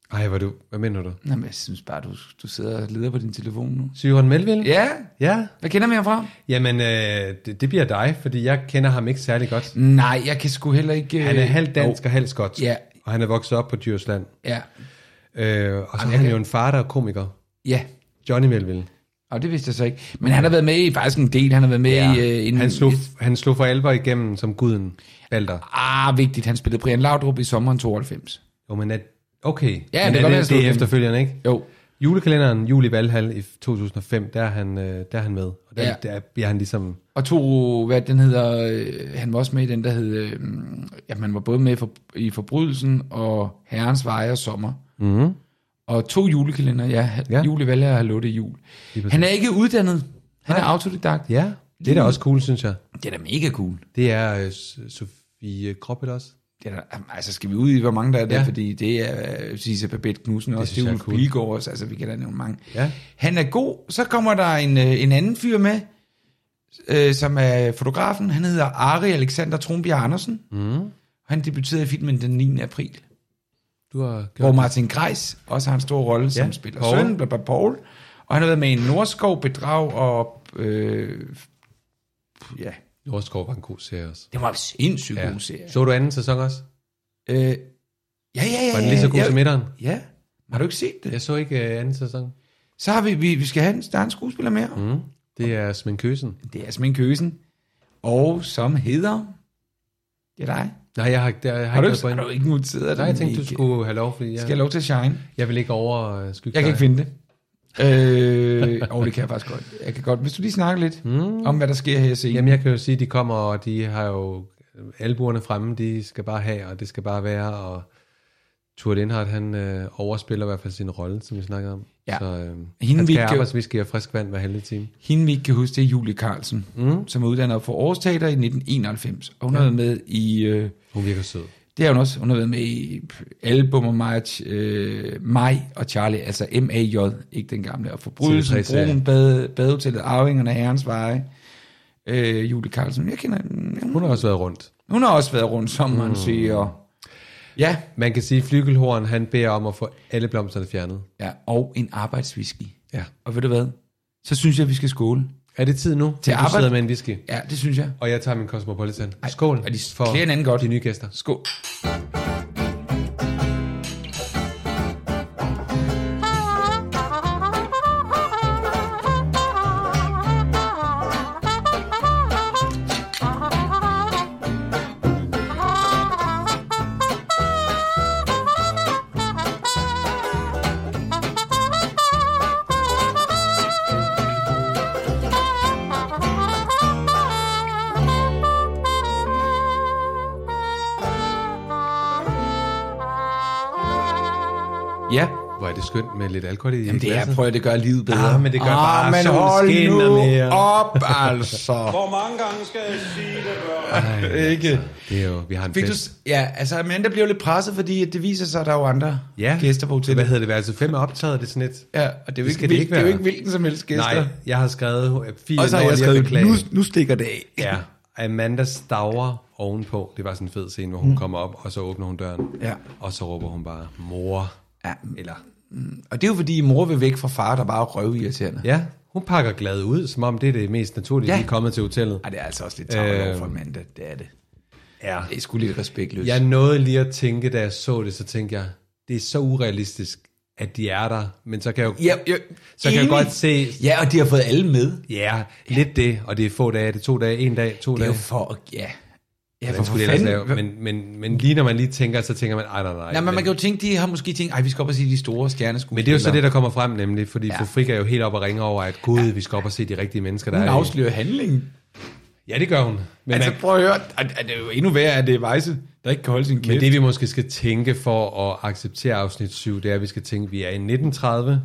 Ej, hvad mener du? Jamen, jeg synes bare, du sidder og leder på din telefon nu. Syren Melville? Ja. Ja. Hvad kender vi ham fra? Jamen, det bliver dig, fordi jeg kender ham ikke særlig godt. Nej, jeg kan sgu heller ikke... Han er halvt dansk og halvt skotsk. Ja. Og han er vokset op på Djursland. Ja. Og så er han jo en far, der er komiker. Ja. Johnny Melville. Og det vidste jeg så ikke. Men han har været med i faktisk en del. Han har været med i... Han slog for alvor igennem som guden Balder. Vigtigt. Han spillede Brian Laudrup i sommeren 92. Jo, men okay. Ja, men det kan det er efterfølgende, ikke? Jo. Julekalenderen Jul i Valhall i 2005, der er han med. Og der bliver han ligesom... Og hvad den hedder, han var også med i den, der hed... man var både med i Forbrydelsen og Herrens Veje og Sommer. Mm-hmm. Og 2 julekalender, Jul i Valhall og Hallo, det er jul. Han er ikke uddannet. Han er autodidakt. Ja, det er da også cool, synes jeg. Det er da mega cool. Det er Sofie Kroppel også. Det er da, altså skal vi ud i, hvor mange der er der, fordi det er Sisse Babette Knudsen og Steve Pilgaard også, altså vi kan da nævne mange. Ja. Han er god. Så kommer der en anden fyr med, som er fotografen. Han hedder Ari Alexander Tronbjerg Andersen. Han debuterede i filmen den 9. april. Hvor Martin Greis også har en stor rolle, som spiller søn, Paul. Og han har været med i Nordskov, Bedrag og... Nordskov var en god serie også. Det var en sindssygt god serie. Så du anden sæson også? Ja. Var den lige så god som etteren? Ja. Har du ikke set det? Jeg så ikke anden sæson. Så har vi skal have der er en skuespiller mere. Det er Sminkøsen. Det er Sminkøsen. Og som hedder... Det er dig. Nej, jeg har har du ikke noteret det? Nej, jeg tænkte, du skulle have lov, fordi skal jeg lov til at shine? Jeg vil ikke overskygge. Jeg kan ikke finde det. Det kan jeg faktisk godt. Jeg kan godt. Hvis du lige snakker lidt om, hvad der sker her i scenen. Jamen, jeg kan jo sige, at de kommer, og de har jo albuerne fremme, de skal bare have, og det skal bare være, og Thure Lindhardt, han overspiller i hvert fald sin rolle, som vi snakkede om. Ja. Så han skal have arbejdsviske og frisk vand hver halve time. Hende vi ikke kan huske, det er Julie Carlsen, som er uddannet for Aarhus Teater i 1991. Og hun har været med i... hun virker sød. Det er hun også. Hun har været med i album mig og Charlie, altså M.A.J., ikke den gamle. Og Forbrydelsen, Broen, Badehotellet, Arvingerne, Herrens Veje. Julie Carlsen, jeg kender... Hun har også været rundt. Hun har også været rundt, som man siger. Ja. Man kan sige, at Flygelhorn, han beder om at få alle blomsterne fjernet. Ja, og en arbejdswhisky. Ja. Og ved du hvad? Så synes jeg, vi skal skåle. Er det tid nu? Til arbejde? Du sidder med en whisky. Ja, det synes jeg. Og jeg tager min Cosmopolitan. Skål. Og de for en anden godt. De nye gæster. Skål. Ja. Hvor er det skønt med lidt alkohol i. Jamen det er, prøv at det gør livet bedre. Men det gør bare men hold nu mere. Op, altså. Hvor mange gange skal jeg sige det, børn? Ikke. Det er jo, vi har en fest. Ja, altså Amanda bliver jo lidt presset, fordi det viser sig, at der er jo andre gæster på hotellet. Hvad hedder det? Værelse 5 er optaget, det er sådan et. Ja, og det er jo ikke hvilken som helst gæster. Nej, jeg har skrevet 4 og så har jeg skrevet, nu stikker det af. Ja, Amanda staver ovenpå. Det var sådan en fed scene, hvor hun kommer op, og så åbner hun døren. Ja. Og så råber hun bare, mor. Ja. Og det er jo fordi, mor vil væk fra far, der bare er røvirriterende. Ja, hun pakker glad ud, som om det er det mest naturlige, de er kommet til hotellet. Ej, det er altså også lidt tavlet for Amanda, det er det. Ja. Det er sgu lidt respektløst. Jeg nåede lige at tænke, da jeg så det, så tænkte jeg, det er så urealistisk, at de er der, men så kan jeg jo kan jeg godt se... Ja, og de har fået alle med. Ja, lidt det, og det er få dage, det er 2 dage, 1 dag, 2 dage. Det er jo for, Ja, for men lige når man lige tænker, så tænker man, nej. Nej, men man kan jo tænke, de har måske tænkt, vi skal op og se de store stjerneskuespillere. Men det er jo så det, der kommer frem nemlig, fordi fru Frick er jo helt op og ringer over, at gud, vi skal op og se de rigtige mennesker, der hun afslører handlingen. Ja, det gør hun. Men altså prøv at høre, at det er jo endnu værre, at det er Weisse, der ikke kan holde sin kæft. Men det vi måske skal tænke for at acceptere afsnit 7, det er, at vi skal tænke, at vi er i 1930.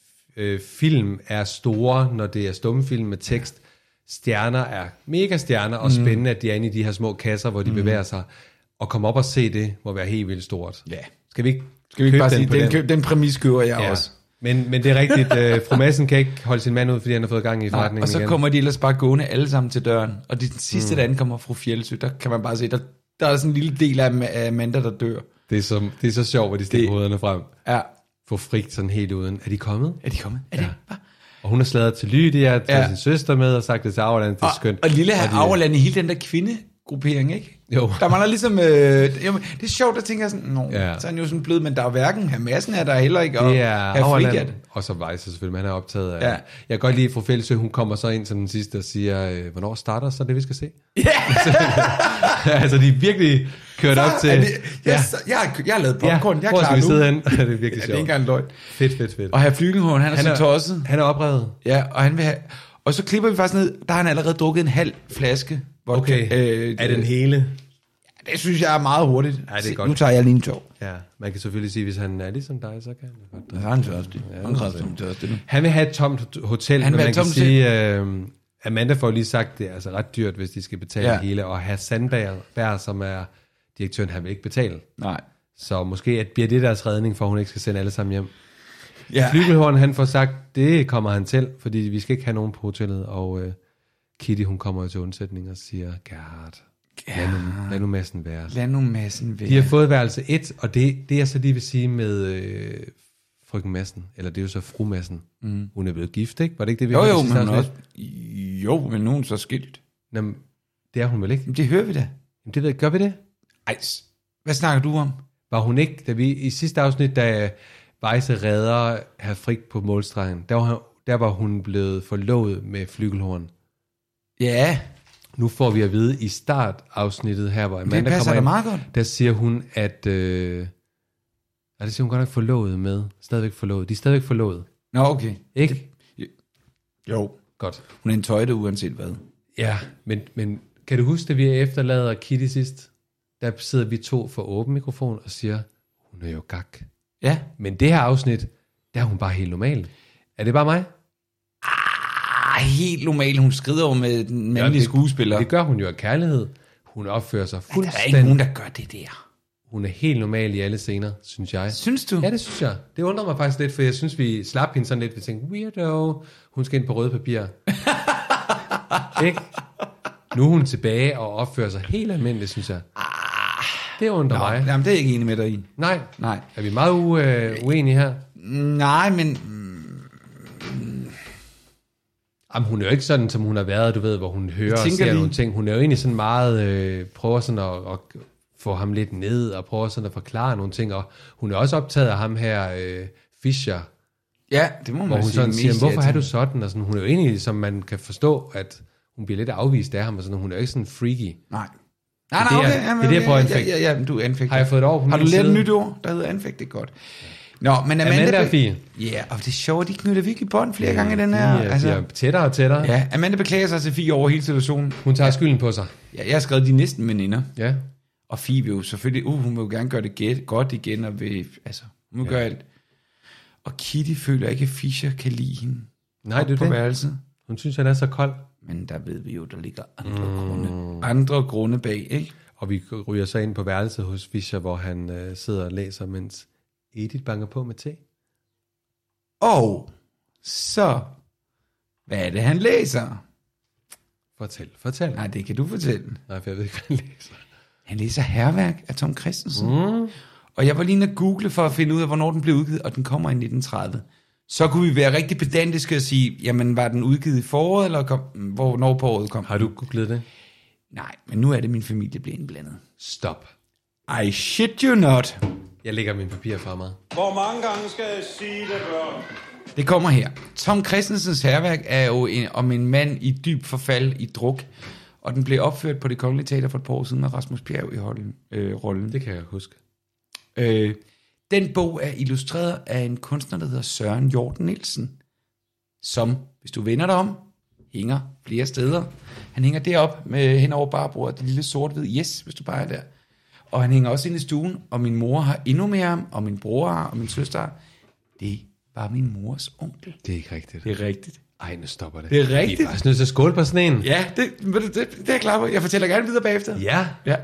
Film er store, når det er stumfilm med tekst. Stjerner er mega stjerner, og spændende, at de er inde i de her små kasser, hvor de bevæger sig. Og komme op og se det, må være helt vildt stort. Ja. Skal vi ikke bare sige, den præmis køber jeg også. Men det er rigtigt, fru Madsen kan ikke holde sin mand ud, fordi han har fået gang i forretningen igen. Og så kommer de ellers bare gående alle sammen til døren. Og det sidste, der ankommer fru Fjeldsø, der kan man bare se, der er sådan en lille del af Amanda, der dør. Det er så sjovt, hvor de stikker hovederne frem. Ja. Få frigt sådan helt uden. Er de kommet? Er de kommet? Er det? Ja. Og hun har sladret til Lydia, taget sin søster med og sagt det til Auerland. Det er skønt. Og lille her Auerland i hele den der kvindegruppering, ikke? Jo. Der mangler ligesom... det er sjovt, at tænke sådan, så er han jo sådan blød, men der er hverken her Madsen er der heller ikke. Og det er Auerland, det. og så Weisse selvfølgelig, men han er optaget af... Ja. Jeg kan godt lide, at fru Fællesø, hun kommer så ind som den sidste og siger, hvornår starter så det, vi skal se? Ja! Altså, de er virkelig kørt op til... Jeg har lavet popcorn, jeg er klar nu. Hvor skal vi sidde henne? Det er virkelig sjovt. Det er ikke engang løgn. Fedt. Og her Flygelhorn, han er så tosset. Han er oprevet. Ja, og han vil have... Og så klipper vi faktisk ned, der har han allerede drukket en halv flaske vodka. Okay, er den hele? Ja, det synes jeg er meget hurtigt. Ja, det er godt. Nu tager jeg lige en tog. Ja, man kan selvfølgelig sige, hvis han er ligesom dig, så kan han godt. Ja, han er tørstig. Han vil have et tomt hotel, men man kan sige, Amanda får lige sagt, det er altså ret dyrt, hvis de skal betale hele, og have Sandberg, som er direktøren, han vil ikke betale. Nej. Så måske bliver det deres redning, for hun ikke skal sende alle sammen hjem. Ja. Flygelhorn, han får sagt, det kommer han til, fordi vi skal ikke have nogen på hotellet, og Kitty, hun kommer jo til undsætning og siger, Gerhard, lad nu massen være. Lad nu massen være. De har fået værelse 1, og det jeg så lige vil sige med frøken Madsen, eller det er jo så fru Madsen, hun er blevet gift, ikke? Var det ikke det, vi hørte? Men nu er hun så skilt. Jamen, det er hun vel ikke? Jamen, det hører vi da. Jamen, det ved jeg, gør vi det? Ej, hvad snakker du om? Var hun ikke, da vi i sidste afsnit, da Weisse redder herr Frick på målstregen, der var hun blevet forlovet med Flygelhorn. Ja. Nu får vi at vide i startafsnittet her, hvor Amanda kommer ind, meget godt. Der siger hun, at... det siger hun godt nok forlovet med. Stadigvæk forlovet. De er stadigvæk forlovet. Nå, okay. Ikke? Jo. Godt. Hun er en tøjte uanset hvad. Ja, men kan du huske, at vi efterlader Kitty sidst? Der sidder vi to for åben mikrofon og siger, hun er jo gak. Ja. Men det her afsnit, der er hun bare helt normal. Er det bare mig? Helt normal. Hun skrider over med den mandlige skuespiller. Det gør hun jo af kærlighed. Hun opfører sig fuldstændig... Der er ikke nogen, der gør det der. Hun er helt normal i alle scener, synes jeg. Synes du? Ja, det synes jeg. Det undrer mig faktisk lidt, for jeg synes, vi slap hende sådan lidt. Vi tænkte, weirdo, hun skal ind på røde papir. Ikke? Nu er hun tilbage og opfører sig helt almindeligt, synes jeg. Det undrer mig. Jamen, det er jeg ikke enig med dig i. Nej. Nej. Er vi meget uenige her? Nej, men... Jamen, hun er jo ikke sådan, som hun har været, du ved, hvor hun hører og ser nogle ting. Hun er jo egentlig sådan meget, prøver sådan at få ham lidt ned, og prøver sådan at forklare nogle ting, og hun er også optaget af ham her, Fischer. Ja, det må man hvor hun sige. Sådan siger, hvorfor er du sådan? Og sådan, hun er jo egentlig, som man kan forstå, at hun bliver lidt afvist af ham, og sådan, hun er jo ikke sådan freaky. Nej, okay. Det er det, jeg prøver at anfægte. Ja, du er anfægtet. Har jeg fået det over på Har du lært et nyt ord, der hedder anfægte? Det er godt. Nå, men Amanda er fin. Ja, og det er sjovt, de knytter virkelig bånd flere gange i den her. De er tættere og tættere. Ja, Amanda beklager sig til Fie over hele situationen. Hun tager skylden på sig. Ja, jeg har skrevet de næsten veninder. Ja. Og Fie vil jo selvfølgelig, hun vil jo gerne gøre det godt igen, og vil, altså, hun vil gøre alt. Og Kitty føler ikke, at Fischer kan lide hende. Nej, det er på værelset. Hun synes, han er så kold. Men der ved vi jo, der ligger andre grunde bag, ikke? Og vi ryger så ind på værelset hos Fischer, hvor han sidder og læser, mens Edith banker på med te. Og så, hvad er det, han læser? Fortæl. Nej, det kan du fortælle. Nej, for jeg ved ikke, hvad han læser. Han læser Hærværk af Tom Christensen. Og jeg var lige inde at google for at finde ud af, hvornår den blev udgivet, og den kommer i 1930. Så kunne vi være rigtig pedantiske og sige, jamen var den udgivet i foråret, eller hvornår på året kom? Har du googlet det? Nej, men nu er det, min familie bliver indblandet. Stop. I shit you not. Jeg lægger min papir fra mig. Hvor mange gange skal jeg sige det, børn? Det kommer her. Tom Christensens Hærværk er jo om en mand i dyb forfald i druk, og den blev opført på Det Kongelige Teater for et par år siden med Rasmus Bjerg i rollen. Det kan jeg huske. Den bog er illustreret af en kunstner, der hedder Søren Hjorten Nielsen, som, hvis du vender dig om, hænger flere steder. Han hænger derop med hen over barbordet, det lille sort-hvid yes, hvis du bare er der. Og han hænger også inde i stuen, og min mor har endnu mere ham, og min bror har, og min søster har. Det var min mors onkel. Det er ikke rigtigt. Det er rigtigt. Ej, nu stopper det. Det er rigtigt. Vi er faktisk nødt til at skåle på sådan en. Ja, det er jeg klar på. Jeg fortæller gerne videre bagefter. Ja. Ja.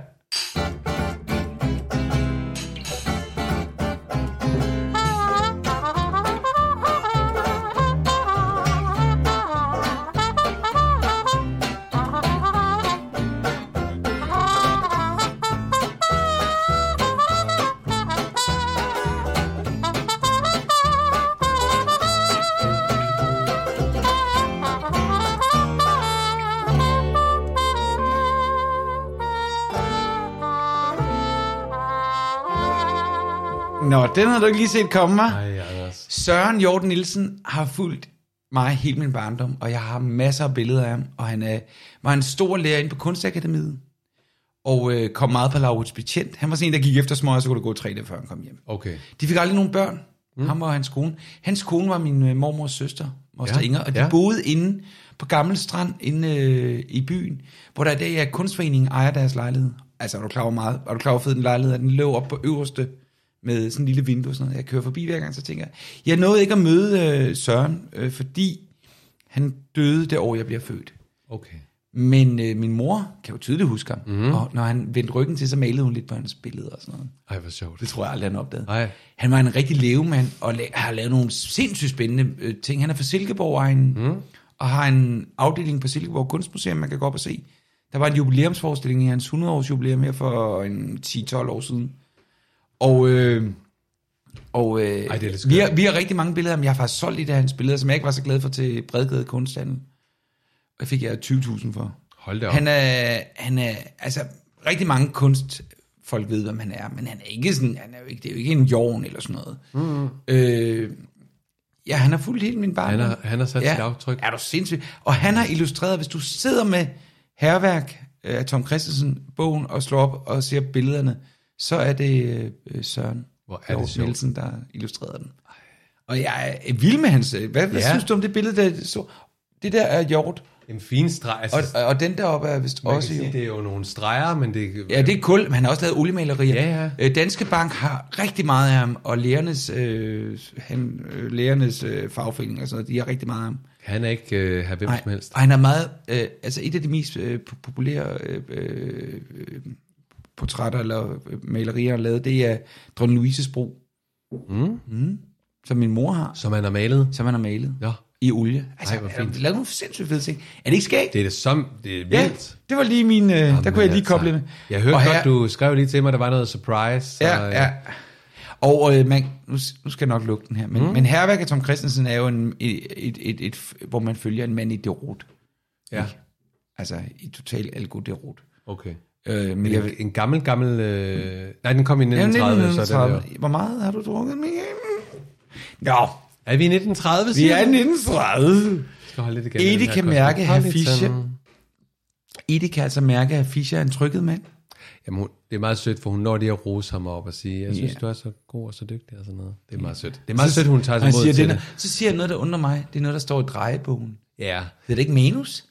Nå, den har du ikke lige set komme, hva'? Ej, Anders. Søren Hjort Nielsen har fulgt mig hele min barndom, og jeg har masser af billeder af ham, og han var en stor lærer inde på Kunstakademiet, og kom meget på Lauritz Betjent. Han var sådan en, der gik efter smøger, så kunne det gå 3 dage, før han kom hjem. Okay. De fik aldrig nogen børn, ham og hans kone. Hans kone var min mormors søster, moster Inger, og de boede inde på Gammel Strand, inde i byen, hvor der i dag er kunstforeningen ejer deres lejlighed. Altså, er du klar over fed den lejlighed, at den lå op på øverste, med sådan en lille vindue og sådan noget. Jeg kører forbi hver gang, så tænker jeg nåede ikke at møde Søren, fordi han døde det år, jeg bliver født. Okay. Men min mor kan jo tydeligt huske ham, og når han vendte ryggen til, så malede hun lidt på hans billeder og sådan noget. Ej, hvor sjovt. Det tror jeg aldrig, han opdagede. Ej. Han var en rigtig levemand, og har lavet nogle sindssygt spændende ting. Han er fra Silkeborg, og har en afdeling på Silkeborg Kunstmuseum, man kan gå op og se. Der var en jubilæumsforestilling i hans 100-års jubilæum her for en 10-12 år siden. Vi har rigtig mange billeder, men jeg har faktisk solgt lidt af hans billeder, som jeg ikke var så glad for til Bredgade Kunsthandel. Og det fik jeg 20.000 for. Hold da op. Han er altså rigtig mange kunstfolk ved, hvem han er, men han er ikke sådan, det er jo ikke en jorn eller sådan noget. Han har fulgt hele min barndom. Han har sat sit aftryk. Er du sindssygt? Og han har illustreret, hvis du sidder med Hærværk af Tom Christensen, bogen, og slår op og ser billederne, så er det Søren Hjort Nielsen, der illustrerede den. Og jeg er vild med hans... Hvad synes du om det billede, der så? Det der er Hjort. En fin streg. Og den deroppe er vist man også... Kan sige, det er jo nogle streger, men det... Ja, det er kul, men han har også lavet oliemalerier. Ja. Danske Bank har rigtig meget af ham, og lærernes fagforening og sådan noget, de har rigtig meget af ham. Han er ikke have hvem som helst. Og han er meget... altså et af de mest populære portrætter eller malerier, han lavet, det er Dronning Louises bro. Som min mor har. Som han har malet? Ja. I olie. Altså, ej, hvor fint. Lavet nogle sindssygt fede ting. Er det ikke skægt? Det er vildt. Ja, det var lige min... der kunne jeg lige koble med. Jeg hørte godt, du skrev lige til mig, der var noget surprise. Ja. Og nu skal jeg nok lukke den her. Men Hærværk af Tom Christensen er jo hvor man følger en mand i derot. Ja. Altså i total algoderot. Okay. En gammel... nej, den kom i 1930. Så hvor meget har du drukket med? Nå. Er vi i 1930? Vi er i 1930. Skal holde lidt igen. Edi kan mærke, at Fischer... Edi kan altså mærke, at Fischer er en trykket mand. Jamen, det er meget sødt, for hun når lige at rose ham op og sige, jeg synes, du er så god og så dygtig og sådan noget. Det er meget sødt. Det er meget sødt, hun tager sig mod til det. Så siger jeg noget, der undrer mig. Det er noget, der står i drejebogen. Ja. Det er det ikke Menus?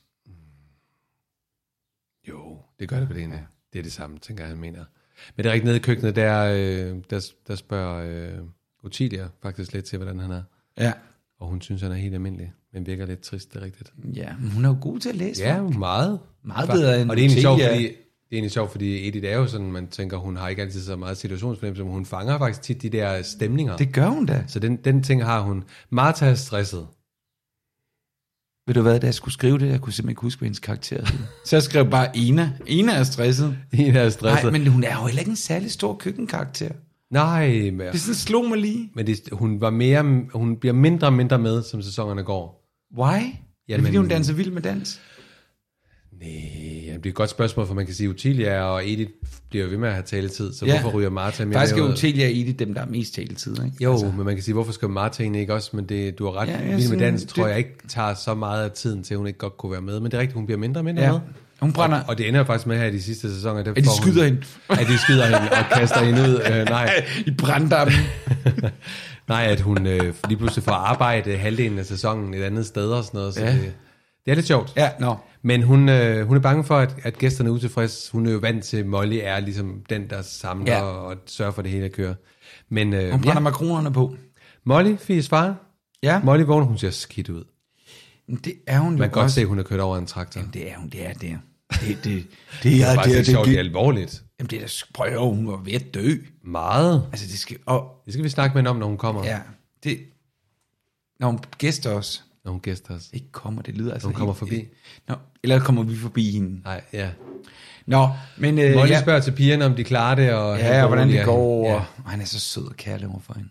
Jo, det gør det på det ene. Det er det samme, tænker jeg, han mener. Men det er rigtig nede i køkkenet, der spørger Ottilia faktisk lidt til, hvordan han er. Ja. Og hun synes, han er helt almindelig, men virker lidt trist, det er rigtigt. Ja, men hun er jo god til at læse. Ja, meget. Meget bedre end og det er egentlig sjovt, fordi Edith er jo sådan, man tænker, hun har ikke altid så meget situationsfornemmelse, men hun fanger faktisk tit de der stemninger. Det gør hun da. Så den ting har hun. Martha er stresset. Ved du hvad, da jeg skulle skrive det, jeg kunne simpelthen ikke huske, hvad hendes karakter hed. Så jeg skrev bare Ina. Ina er stresset. Nej, men hun er jo heller ikke en særlig stor køkkenkarakter. Nej, men... Det sådan slog mig lige. Men hun bliver mindre og mindre med, som sæsonerne går. Why? Ja, fordi hun danser vild med dans? Nej, det bliver et godt spørgsmål, for man kan sige, at Ottilia og Edith bliver ved med at have taletid, så hvorfor ryger Martha mere? Faktisk er Ottilia og Edith dem, der er mest taletid, ikke? Jo, altså. Men man kan sige, hvorfor skal Martha egentlig ikke også? Men du har ret, vild med dans, tror jeg ikke tager så meget af tiden til, at hun ikke godt kunne være med. Men det er rigtigt, hun bliver mindre og mindre med. Hun brænder. Og det ender faktisk med her i de sidste sæsoner. At de skyder hende. At de skyder hende og kaster hende ud. Nej. I branddammen. Nej, at hun lige pludselig får arbejde halvdelen af sæsonen et andet sted og sådan noget. Så det er lidt sjovt. Ja, Men hun er bange for, at gæsterne er utilfredse. Hun er jo vant til, at Molly er ligesom den, der samler og sørger for det hele at køre. Men, hun brænder makronerne på. Molly, Fies far. Ja. Molly vågner, hun ser skidt ud. Det er hun jo. Man kan godt se, at hun er kørt over en traktor. Jamen, det er hun, det er. Det er faktisk ikke sjovt, det er alvorligt. Jamen, det er da prøver, hun var ved at dø. Meget. Altså, det skal vi snakke med hende om, når hun kommer. Ja, når hun gæster os. Når hun gæster os. Ikke kommer, det lyder altså hun kommer forbi. Eller kommer vi forbi hende. Nej, ja. Nå, men... Molly spørger til pigerne, om de klarer det. Og hvordan det går. Og han er så sød og kærlig overfor hende.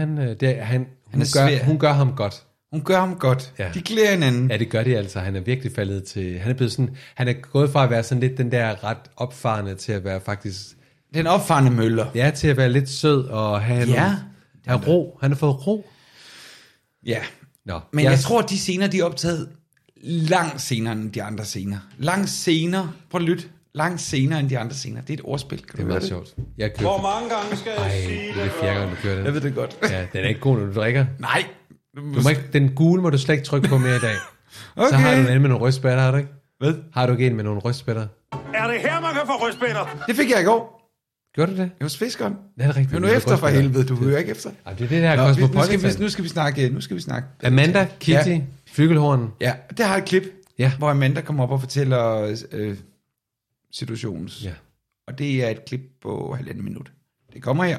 Ja, hun gør ham godt. Hun gør ham godt. Ja. De klæder hinanden. Ja, det gør de altså. Han er virkelig faldet til... Han er gået fra at være sådan lidt den der ret opfarende til at være faktisk Den opfarende Møller. Ja, til at være lidt sød og have ro. Han har fået ro. Ja. Nå, Men jeg tror, de scener, de er optaget langt senere end de andre scener. Langt senere. Prøv at lytte. Langt senere end de andre scener. Det er et ordspil. Kan det du er det? sjovt. Jeg kører. Hvor mange gange skal jeg sige det er fjerde gang, du kører den. Jeg ved det godt. Ja, den er ikke god, når du drikker. Nej. Du må ikke, den gule må du slet ikke trykke på mere i dag. Okay. Så har du en med nogle rystspætter, har du ikke? Hvad? Har du ikke en med nogle rystspætter? Er det her, man kan få rystspætter? Det fik jeg i går. Gjorde du det? Jeg hos fiskeren. Det er rigtigt. Hør nu efter for helvede, du hører ikke efter. Ja, det er det der Cosmopolitan. Nu skal vi snakke. Amanda, Kitty, ja. Flygelhorn. Ja, det har et klip, hvor Amanda kommer op og fortæller situationens. Ja. Og det er et klip på 1,5 minut. Det kommer her.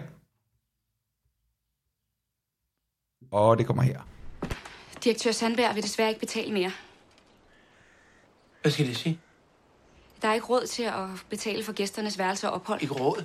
Og det kommer her. Direktør Sandberg vil desværre ikke betale mere. Hvad skal det sige? Der er ikke råd til at betale for gæsternes værelse og ophold. Ikke råd?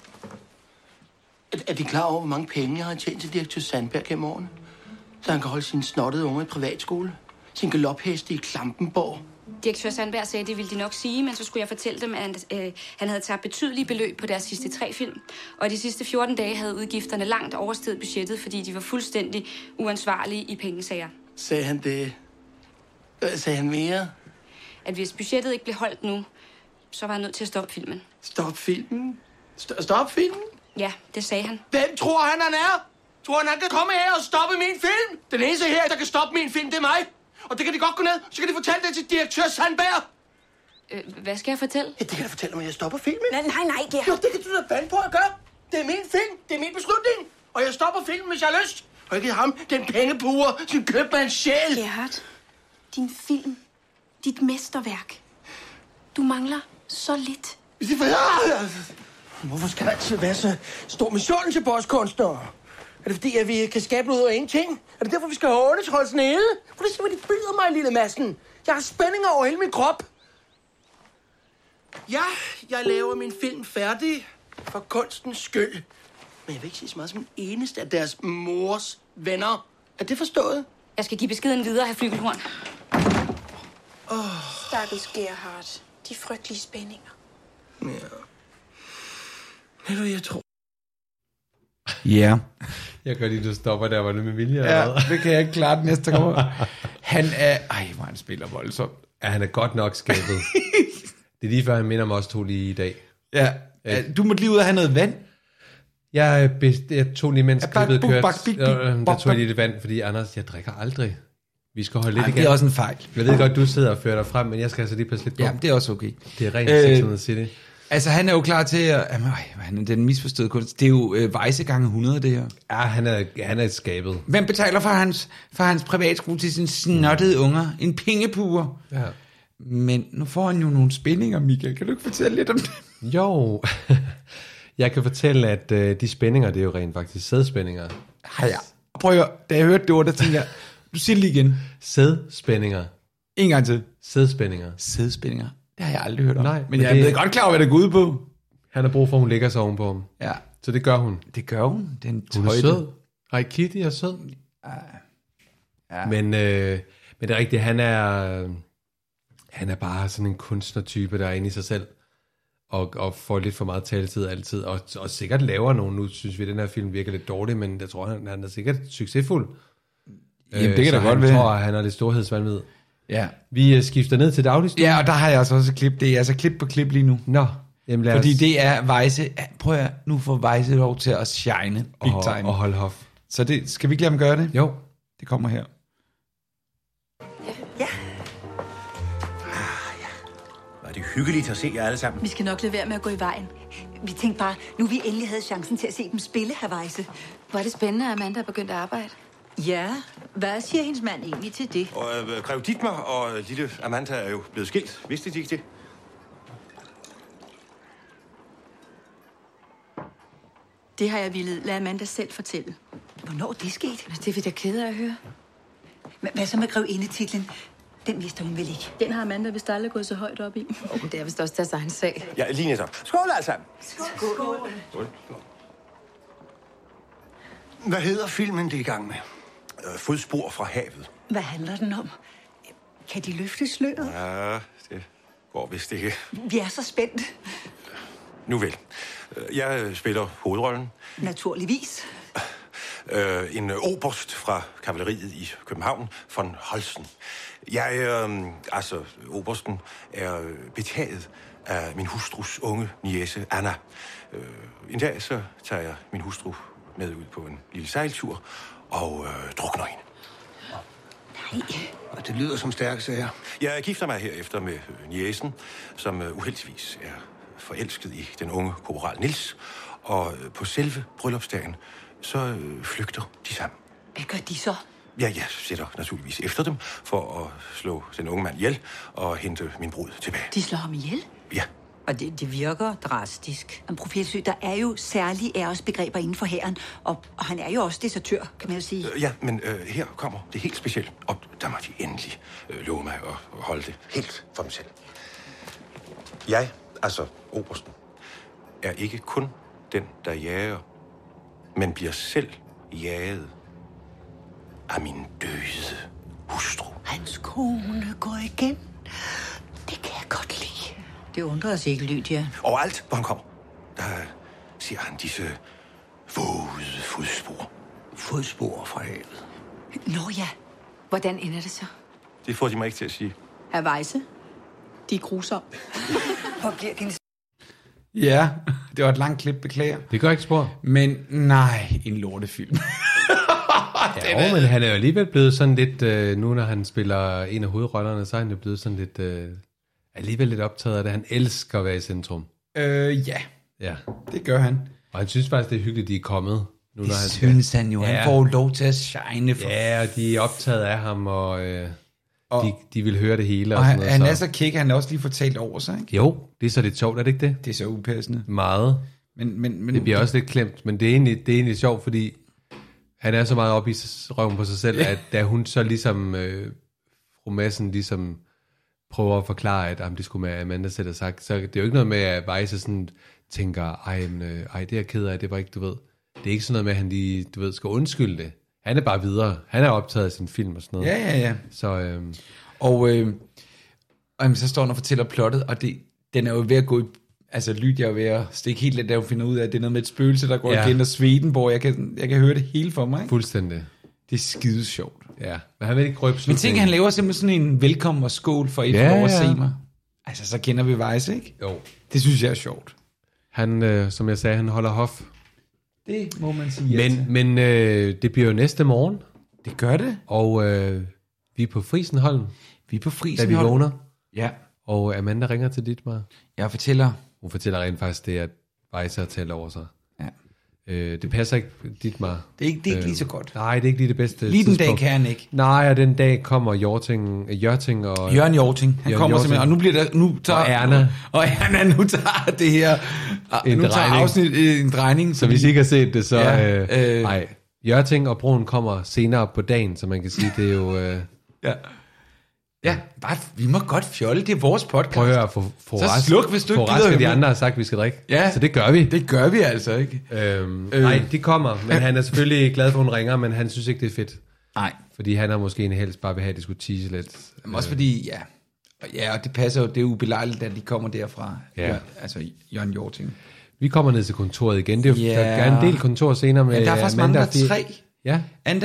Er de klar over, hvor mange penge jeg har tjent til direktør Sandberg gennem årene? Så han kan holde sine snottede unger i privatskole. Sin galopheste i Klampenborg. Direktør Sandberg sagde, det ville de nok sige, men så skulle jeg fortælle dem, at han havde taget betydelige beløb på deres sidste 3 film. Og de sidste 14 dage havde udgifterne langt oversteget budgettet, fordi de var fuldstændig uansvarlige i pengesager. Sagde han det? Sagde han mere? At hvis budgettet ikke blev holdt nu, så var han nødt til at stoppe filmen. Stop filmen? Stop filmen? Ja, det sagde han. Hvem tror han er? Tror han kan komme her og stoppe min film? Den eneste her, der kan stoppe min film, det er mig. Og det kan de godt gå ned. Så kan de fortælle det til direktør Sandberg. Hvad skal jeg fortælle? Ja, det kan du fortælle mig, at jeg stopper filmen. Nej, Gert. Jo, det kan du da bande på at gøre. Det er min film. Det er min beslutning. Og jeg stopper filmen, hvis jeg har lyst. Og ikke ham, den pengepuger, som køber en sjæl. Gerhard, din film. Dit mesterværk. Du mangler så lidt. Hvorfor skal der altid være så stor misundelse til os kunstnere? Er det fordi, at vi kan skabe noget af ingenting? Er det derfor, vi skal have åndet holdes nede? For det er de byder mig, lille massen. Jeg har spændinger over hele min krop. Ja, jeg laver min film færdig for kunstens skyld. Men jeg vil ikke sige så meget som en eneste af deres mors venner. Er det forstået? Jeg skal give beskeden videre, hr. Flygelhorn. Stakkels Gerhard. De frygtelige spændinger. Ja. Ved du, jeg tror... Ja. Jeg kan lide, du stopper der, var det med vilje. Ja, det kan jeg ikke klare den næste gang. Han er... Ej, hvor han spiller voldsomt. Ja, han er godt nok skabet. Det er lige før, han minder mig også to lige i dag. Ja. Du måtte lige ud og have noget vand. Jeg tog lige, mens klippet kørte, der tog jeg lige det vand, fordi Anders, jeg drikker aldrig. Vi skal holde lidt igen. Det er også en fejl. Jeg ved godt, du sidder og fører dig frem, men jeg skal altså lige passe lidt på. Ja, det er også okay. Det er rent 600 City. Altså, han er jo klar til at... han er den misforståede kunst. Det er jo Weisse gange 100, det her. Ja, han er skabet. Hvem betaler for hans privatskole til sine snottede unger? En pengepuger. Ja. Men nu får han jo nogle spændinger, Michael. Kan du ikke fortælle lidt om det? Jo. Jeg kan fortælle, at de spændinger, det er jo rent faktisk sædspændinger. Ja. Prøv at da jeg hørte det ord, der tænkte jeg... Du siger det lige igen. Sædspændinger. En gang til. Sædspændinger. Sædspændinger. Det har jeg aldrig hørt om. Nej, men jeg ved godt klar over, hvad det går ud på. Han har brug for, at hun ligger sig ovenpå ham. Ja. Så det gør hun. Det gør hun. Den hun er sød. Ej, Kitty er sød. Ja. Men det er rigtigt, han er bare sådan en kunstnertype, der er inde i sig selv. Og får lidt for meget taletid altid. Og sikkert laver nogen. Nu synes vi, at den her film virker lidt dårlig, men jeg tror, han er sikkert succesfuld. Jamen, det kan da godt være. Jeg tror, han har lidt storhedsvanvid. Ja. Vi skifter ned til dagligstuen. Ja, og der har jeg altså også et klip. Det er altså klip på klip lige nu. Nå. Jamen, fordi det er Weisse. Prøv at nu får Weisse lov til at shine big time. Og holde hof. Så det, skal vi ikke lade ham gøre det? Jo. Det kommer her. Ja. Var det hyggeligt at se jer alle sammen? Vi skal nok lade være med at gå i vejen. Vi tænkte bare, nu vi endelig havde chancen til at se dem spille, hr. Weisse. Hvor er det spændende, at Amanda er begyndt at arbejde. Ja, hvad siger hendes mand egentlig til det? Og grev Dietmar og lille Amanda er jo blevet skilt. Vidste de ikke det? Det har jeg ville lade Amanda selv fortælle. Hvornår det skete? Det er vi da kede af at høre. Hvad så med grevindetitlen? Den vidste hun vel ikke. Den har Amanda vist aldrig gået så højt op i. Det er vist også deres egen sag. Ja, lige netop. Skål alle sammen. Skål. Skål. Hvad hedder filmen, det er i gang med? Fodspor fra havet. Hvad handler den om? Kan de løfte sløret? Ja, det går vist ikke. Vi er så spændt. Nu vel. Jeg spiller hovedrollen. Naturligvis. En oberst fra kavaleriet i København, von Holsten. Obersten er betaget af min hustrus unge niece, Anna. En dag så tager jeg min hustru med ud på en lille sejltur og drukner hende. Nej. Og det lyder som stærke sager. Jeg gifter mig herefter med niecen, som uheldigvis er forelsket i den unge korporal Nils. Og på selve bryllupsdagen, så flygter de sammen. Hvad gør de så? Ja, jeg sætter naturligvis efter dem for at slå den unge mand ihjel og hente min brud tilbage. De slår ham ihjel? Ja. Og det virker drastisk. Men professor, der er jo særlige æresbegreber inden for hæren, og han er jo også desertør, kan man jo sige. Ja, men her kommer det helt specielt, og der må de endelig love mig at holde det helt for mig selv. Jeg, altså obersten, er ikke kun den, der jager, men bliver selv jaget af min døde hustru. Hans kone går igen. Det kan jeg godt lide. Det undrer os ikke, Lydia. Overalt, hvor han kommer, der ser han disse våde fodspor. Fodspor fra havet. Nå ja. Hvordan ender det så? Det får de mig ikke til at sige. Herr Weisse, de er grusomme. Hvor bliver hendes... Ja, det var et langt klip, beklager. Det gør ikke spor. Men nej, en lortefilm. Ja, men han er jo alligevel blevet sådan lidt, nu når han spiller en af hovedrollerne, så er han jo blevet sådan lidt, alligevel lidt optaget af det. Han elsker at være i centrum. Ja, det gør han. Og han synes faktisk, det er hyggeligt, de er kommet. Nu, Det synes han jo. Han får lov til at shine. Ja, og de er optaget af ham, og de vil høre det hele. Og sådan noget, han er så kæk, han er også lige fortalt over sig, ikke? Jo, det er så lidt sjovt, er det ikke det? Det er så upassende. Meget. Men det bliver også lidt klemt, men det er egentlig sjovt, fordi han er så meget oppe i røven på sig selv, at da hun så ligesom, fru Madsen ligesom prøver at forklare, at det skulle med Amanda selv have sagt, så det er jo ikke noget med, at Weisse sådan tænker, ej, det er jeg ked af, det var ikke, du ved. Det er ikke sådan noget med, at han lige, du ved, skal undskylde det. Han er bare videre. Han er optaget af sin film og sådan noget. Ja. Så, så står han og fortæller plottet, og den er jo ved at gå i... Altså, Lydia er jo ved at stikke helt lidt, da hun finder ud af, at det er noget med et spøgelse, der går igen, og Swedenborg. Jeg kan høre det hele for mig. Ikke? Fuldstændig. Det er skide sjovt. Ja, men han vil ikke røbe. Men tænk, han laver simpelthen sådan en velkommen og skål for et år at se mig. Altså, så kender vi Weisse, ikke? Jo. Det synes jeg er sjovt. Han, som jeg sagde, han holder hof. Det må man sige. Men det bliver jo næste morgen. Det gør det. Og vi er på Friesenholm. Da vi vågner. Ja. Og Amanda ringer til Dietmar. Hun fortæller rent faktisk det, at Weisse har talt over sig. Ja. Det passer ikke, Dietmar. Det er ikke lige så godt. Nej, det er ikke lige det bedste lige tidspunkt. Den dag kan han ikke. Nej, og den dag kommer Jørting og... Jørgen Jorting. Han kommer simpelthen, og nu bliver der... og Erna. Og Erna nu tager det her... Nu tager afsnit en drejning. Så hvis I ikke har set det, så... Nej, Jørting og Broen kommer senere på dagen, så man kan sige, det er jo... Ja, bare, vi må godt fjolle, det er vores podcast. Prøv at høre, så sluk, hvis du ikke gider. De andre har sagt, at vi skal drikke. Ja, så det gør vi. Det gør vi altså ikke. Nej, de kommer, men han er selvfølgelig glad for, at hun ringer, men han synes ikke, det er fedt. Nej. Fordi han har måske en helst bare vil have, at det skulle tease lidt. Men også fordi, og det passer jo, det er ubelejligt, at de kommer derfra. Ja. Altså, Jørgen Jorting. Vi kommer ned til kontoret igen. Det er jo, der er en del kontor senere med... Ja, der er faktisk mange, der er 3. Ja.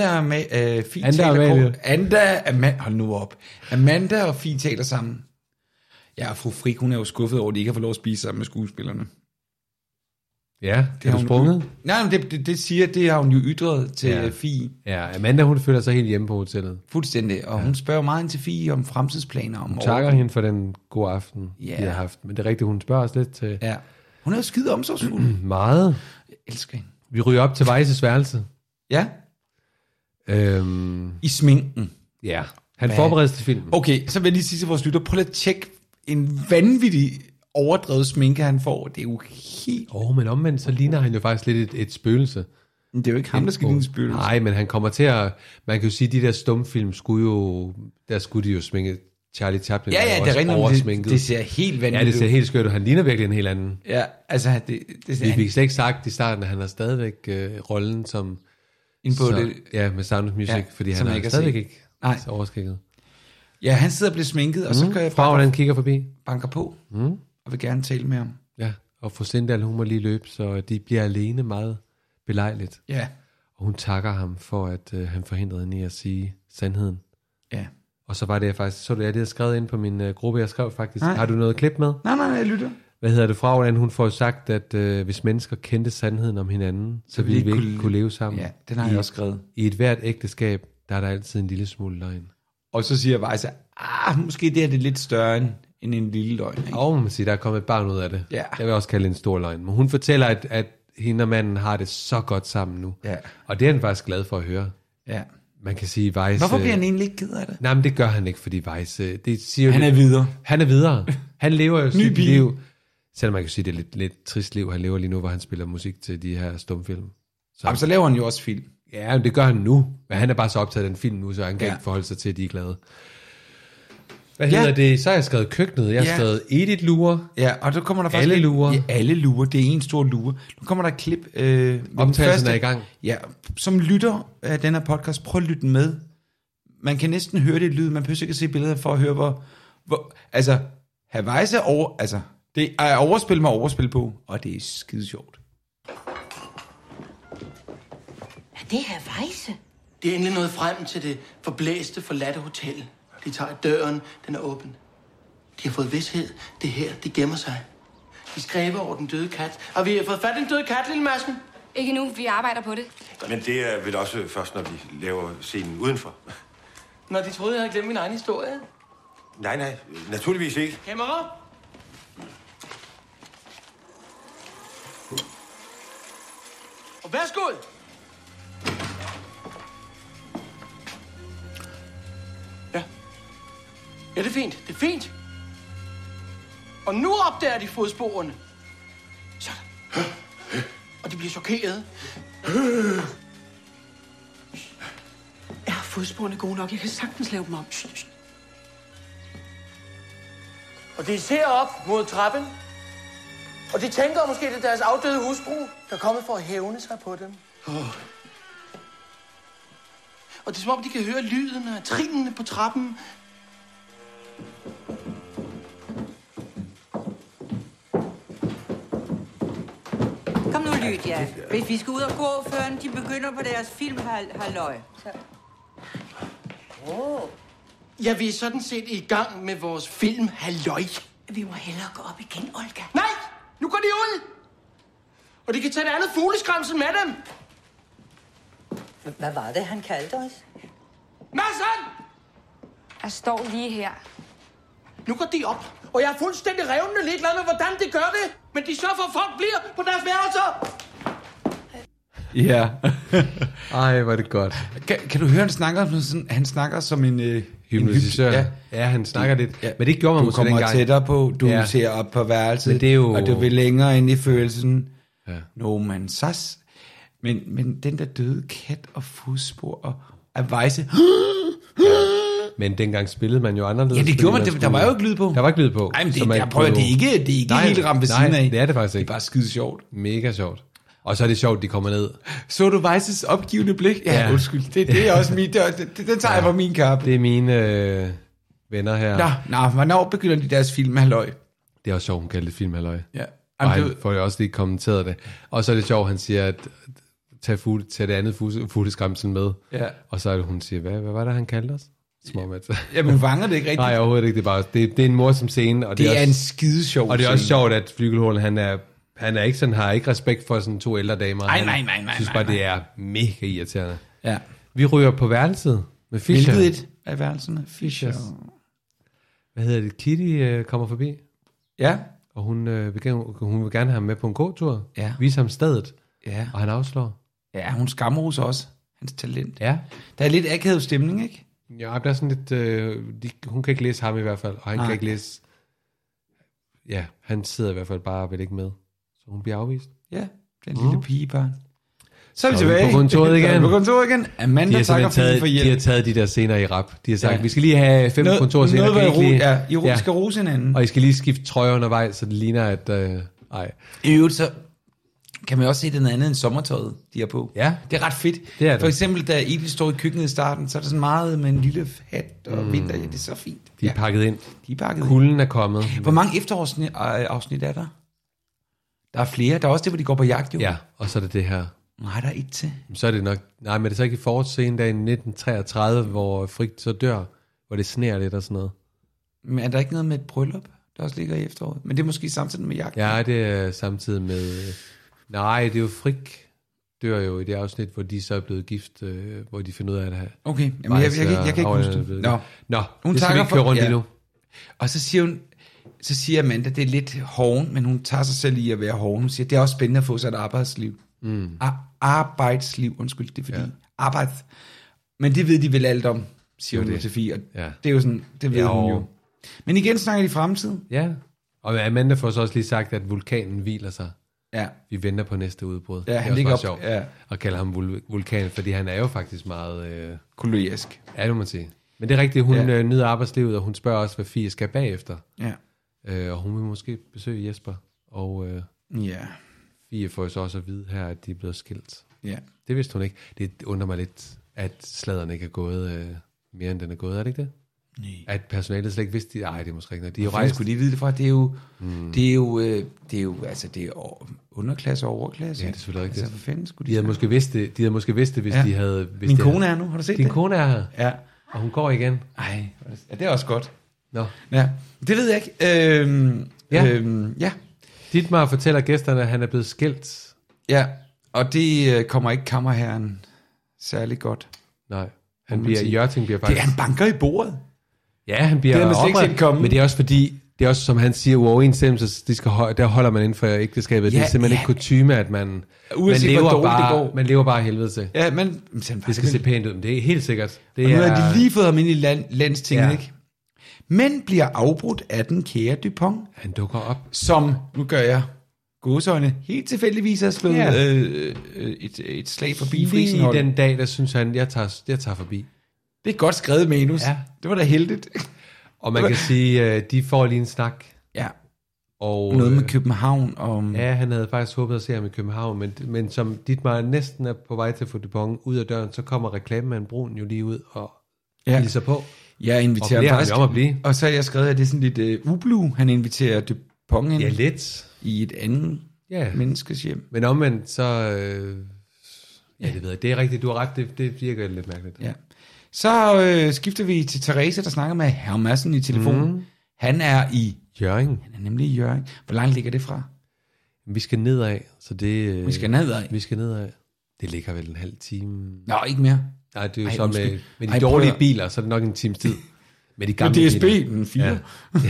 Hold nu op. Amanda og Fie taler sammen. Ja, og fru Frik, hun er jo skuffet over, at de ikke har fået lov at spise sammen med skuespillerne. Ja, det har hun sprunget. Nej, men det har hun jo ytret til Fie. Ja, Amanda, hun føler sig helt hjemme på hotellet. Fuldstændig, og hun spørger meget ind til Fie om fremtidsplaner. Hun takker hende for den gode aften, de har haft. Men det er rigtigt, hun spørger os lidt til... Ja, hun er jo skide omsorgsfuld. Meget. Jeg elsker hende. Vi ryger op til Weisses værelse. Ja. I sminken. Ja. Han forbereder til filmen. Okay, så vil jeg lige sige til vores lytter, prøv at tjekke en vanvittig overdrevet sminke, han får. Det er jo helt... men omvendt, så ligner han jo faktisk lidt et spøgelse. Men det er jo ikke ham, der skal ligne et spøgelse. Nej, men han kommer til at... Man kan jo sige, at de der stumfilm skulle de jo sminke... Charlie Chaplin ja, det er rigtigt, det ser helt vanvittigt. Ja, det ser helt skørt ud. Han ligner virkelig en helt anden. Ja, altså... Vi fik slet ikke sagt i starten, at han har stadigvæk rollen som... Ja, med Sound of Music, fordi han har stadigvæk ikke så overskægget. Ja, han sidder og bliver sminket, og så gør jeg Frauen, han kigger forbi. Banker på, og vil gerne tale med ham. Ja, og fru Sindal, hun må lige løbe, så de bliver alene meget belejligt. Ja. Og hun takker ham for, at han forhindrede hende i at sige sandheden. Ja. Og så var det, jeg faktisk, så du, jeg havde skrevet ind på min gruppe, jeg skrev faktisk. Nej. Har du noget klip med? Nej, jeg lytter. Hvad hedder det fra, hvordan hun får sagt, at hvis mennesker kendte sandheden om hinanden, så ville vi ikke kunne leve sammen. Ja, den har jeg også skrevet. I et hvert ægteskab, der er der altid en lille smule løgn. Og så siger Weisse, måske det er det lidt større end en lille løgn. Ikke? Og man siger, der er kommet et barn ud af det. Ja. Jeg vil også kalde det en stor løgn. Men hun fortæller, at hende og manden har det så godt sammen nu. Ja. Og det er han faktisk glad for at høre. Ja. Man kan sige, Weisse... Hvorfor bliver han egentlig ikke ked af det? Nej, men det gør han ikke, fordi Weisse... Det siger Han er videre. Han er videre. Han lever jo sit bil. liv. Selvom man kan sige, det er lidt trist liv, han lever lige nu, hvor han spiller musik til de her stumfilm. Så laver han jo også film. Ja, men det gør han nu. Men han er bare så optaget af den film nu, så han kan ikke forholde sig til, at de er glade. Hvad hedder det? Så har jeg skrevet køkkenet. Jeg har skrevet Edith lurer. Ja, og så kommer der faktisk... Alle lurer. Ja, alle lurer. Det er en stor lure. Nu kommer der et klip. Optagelsen er i gang. Ja, som lytter af den her podcast, prøv at lytte med. Man kan næsten høre det lyd. Man behøver ikke at se billeder for at høre, hvor altså, Weisse over... Altså, det er overspil med overspil på, og det er skide sjovt. Ja, det er Weisse. Det er endelig nået frem til det forblæste, forladte hotel. De tager døren, den er åben. De har fået vidshed. Det her, det gemmer sig. De skræber over den døde kat. Og vi har fået fat i den døde kat, lille Madsen. Ikke nu, vi arbejder på det. Men det er vel også først, når vi laver scenen udenfor. Når de troede, jeg havde glemt min egen historie. Nej, naturligvis ikke. Kamera. Og værsgo. Ja, det er fint. Det er fint. Og nu opdager de fodsporene. Sådan. Og de bliver chokeret. Er fodsporene gode nok? Jeg kan sagtens lave dem om. Og de ser op mod trappen. Og de tænker måske, det er deres afdøde hustru, der er kommet for at hævne sig på dem. Og det er som om, de kan høre lyden af trinene på trappen. Kom nu, Lydia. Hvis vi skal ud og gå, før de begynder på deres filmhalløj. Ja, vi er sådan set i gang med vores film halløj. Vi må hellere gå op igen, Olga. Nej! Nu går de ud! Og de kan tage det andet fugleskræmsel med dem. Hvad var det, han kaldte os? Madsen! Jeg står lige her. Nu går de op, og jeg er fuldstændig revnende ligeglad med, hvordan de gør det. Men de sørger for, at folk bliver på deres værelser. Ja. Ej, hvor er det godt. Kan du høre, han snakker som en... Hypnotisør. Ja, han snakker lidt. Ja. Men det gjorde man måske dengang. Du kommer tættere på, du ser op på værelset, men det er jo... og du vil længere ind i følelsen. Ja. No, man sas. Men den der døde kat og fodspor og Weisse... Men dengang spillede man jo anderledes. Ja, det gjorde man. Der var jo ikke lyd på. Der var ikke lyd på. Ej, men det er ikke helt ramt ved siden af. Nej, det er det faktisk ikke. Det er bare skide sjovt. Mega sjovt. Og så er det sjovt, de kommer ned. Så du Weisses opgivende blik? Ja, undskyld. Det er også min... Den tager jeg på min kappe. Det er mine venner her. Nå, hvornår begynder de deres filmhalløj? Det er også sjovt, hun kalder det filmhalløj. Ja. Og han får jo også lige kommenteret det. Og så er det sjovt, han siger, at tag det andet fugleskræmsel med. Ja. Og så er det, hun siger, hvad var det, han kaldte os? Jamen, fanger det ikke rigtigt? Nej, overhovedet ikke. Det er en morsom scene. Og det er en skide sjov scene. Og det er også sjovt, at Flygelhorn, han er ikke sådan, har ikke respekt for sådan to ældre damer. Nej. Jeg synes bare, det er mega irriterende. Ja. Vi ryger på værelset med Fischer. Hvilket et af værelserne? Fischer. Hvad hedder det? Kitty kommer forbi. Ja. Og hun vil gerne have ham med på en gåtur. Ja. Vise ham stedet. Ja. Og han afslår. Ja, hun skamroser også hans talent. Ja. Der er lidt akavet stemning, ikke? Ja, der er sådan lidt... hun kan ikke læse ham i hvert fald, og han kan ikke læse... Ja, han sidder i hvert fald bare og vil ikke med. Så hun bliver afvist. Ja, den lille pigebarn. Så er vi tilbage. På kontoret igen. På kontoret igen. Amanda takker for hjælp. De har taget de der scener i rap. De har sagt, vi skal lige have 5 kontorscener. I skal rose hinanden. Og I skal lige skifte trøjer undervejs, så det ligner, at... ej. I øvrigt så kan man også se, det er noget andet end sommertøjet, de er på. Ja. Det er ret fedt. Det er det. For eksempel, da Edith står i køkkenet i starten, så er der sådan meget med en lille hat og vinter. Ja, det er så fint. De er pakket ind. Kulden er kommet. Hvor mange efterårsafsnit er der? Der er flere. Der er også det, hvor de går på jagt, jo. Ja, og så er det her. Nej, der er et til. Så er det nok... Nej, men det er så ikke i forårsscenen, der i 1933, hvor Frick så dør, hvor det sner lidt og sådan noget. Men er der ikke noget med et bryllup, der også ligger i efteråret? Men det er måske samtidig med jagten. Ja, det er samtidig med... Nej, det er jo Frick dør jo i det afsnit, hvor de så er blevet gift, hvor de finder ud af det her. Okay, jamen, jeg kan ikke huske det. Nå, hun det skal vi ikke køre rundt i nu. Og så siger Amanda, det er lidt hoven, men hun tager sig selv i at være hoven. Hun siger, det er også spændende at få sig et arbejdsliv. Arbejdsliv, undskyld, det er fordi. Arbejds. Men det ved de vel alt om, siger hun til Fie. Det er jo sådan, det ved hun jo. Men igen snakker de i fremtiden. Ja, og Amanda får så også lige sagt, at vulkanen hviler sig. Ja. Vi venter på næste udbrud. Ja, det er han også ligger meget op, sjovt at kalde ham vulkan, fordi han er jo faktisk meget... kolorisk. Ja, det må man sige. Men det er rigtigt, hun nyder arbejdslivet, og hun spørger også, hvad Fie skal bagefter. Ja. Og hun vil måske besøge Jesper, og Fie får jo så også at vide her, at de er blevet skilt. Ja. Det vidste hun ikke. Det undrer mig lidt, at sladeren ikke er gået mere, end den er gået, er det ikke det? Nej. At personalet slet ikke vidste, nej, det er måske ikke noget. De er jo rejst. Skulle de vide det fra? Det er jo altså det er underklasse og overklasse. Ja, det er selvfølgelig rigtigt. Altså, for fanden skulle de havde måske vidst det, hvis de havde... Hvis min kone er nu, har du set det? Din kone er her. Ja. Og hun går igen. Ej, ja, det er også godt. Nå. Ja, det ved jeg ikke. Ja. Dietmar fortæller gæsterne, at han er blevet skilt. Ja, og det kommer ikke kammerherren særlig godt. Nej, Jørting bliver faktisk... Det er, han banker i bordet. Ja, han bliver oprettet, men det er også fordi, det er også som han siger, uoverensstemmelser, der holder man inden for ægteskabet. Ja, det er simpelthen ikke kutyme, at man lever bare helvede til. Ja, men det skal se pænt ud, men det er helt sikkert. Det og nu har de lige fået ham ind i landstinget, ikke? Men bliver afbrudt af den kære Dupont. Han dukker op. Som, nu gør jeg gåseøjne, helt tilfældigvis har slået et slag forbi Frisen. Lige den dag, der synes han, jeg tager forbi. Det er godt skrevet manus. Ja. Det var da heldigt. Og man kan sige, de får lige en snak. Ja. Og noget med København. Ja, han havde faktisk håbet at se ham i København, men som Dietmar næsten er på vej til at få Dupont ud af døren, så kommer reklamemanden Brun jo lige ud og hilser på. Jeg inviterer ham faktisk. Og så har jeg skrevet, at det er sådan lidt ublu. Han inviterer Dupont ind. Ja, lidt. I et andet menneskes hjem. Men omvendt, så... ja, det ved jeg. Det er rigtigt, du har ret. Det virker lidt mærkeligt. Ja. Så skifter vi til Therese, der snakker med Herr Madsen i telefonen. Han er i Hjørring. Han er nemlig i Hjørring. Hvor langt ligger det fra? Vi skal nedad, så det... Vi skal nedad? Vi skal nedad. Det ligger vel en halv time. Nå, ikke mere. Nej, det er jo så med de dårlige biler, så er det nok en times tid. Med de gamle DSB, den 4.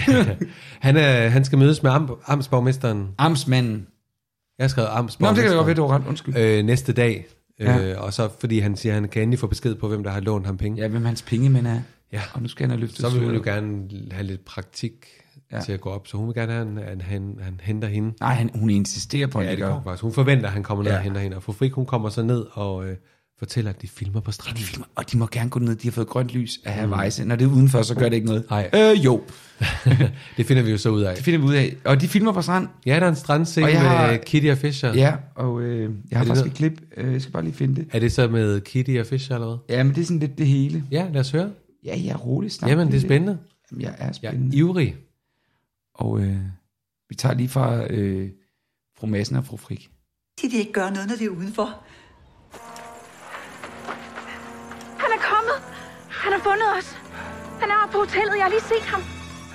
Ja. Han skal mødes med amtsborgmesteren. Amtsmanden. Jeg har skrevet amtsborgmesteren. Nå, det kan jeg godt ved, du var ret. Undskyld. Næste dag. Og så fordi han siger, at han kan endelig få besked på, hvem der har lånt ham penge. Ja, hvem hans pengemænd er. Ja. Og nu skal han have løftet. Så vil hun jo gerne have lidt praktik til at gå op. Så hun vil gerne have, at han henter hende. Nej, hun insisterer på, at det gør. Hun forventer, at han kommer ned og henter hende. Og fru Frick, hun kommer så ned og fortæller, at de filmer på stranden. Ja, og de må gerne gå ned. De har fået grønt lys af herr Weisse. Når det er udenfor, så gør det ikke noget. Nej. Jo. Det finder vi jo så ud af. Og de filmer på stranden. Ja, der er en strandscene med Kitty og Fisher. Ja, og jeg har faktisk et klip. Jeg skal bare lige finde det. Er det så med Kitty og Fisher eller hvad? Ja, men det er sådan lidt det hele. Ja, lad os høre. Ja, jeg er rolig snart. Jamen, det er spændende. Jamen, jeg er spændende. Jeg er ivrig. Og vi tager lige fra fru Madsen og fru Frick. De vil ikke gøre noget, når det er udenfor. Han er kommet. Han har fundet os. Han er oppe på hotellet. Jeg har lige set ham.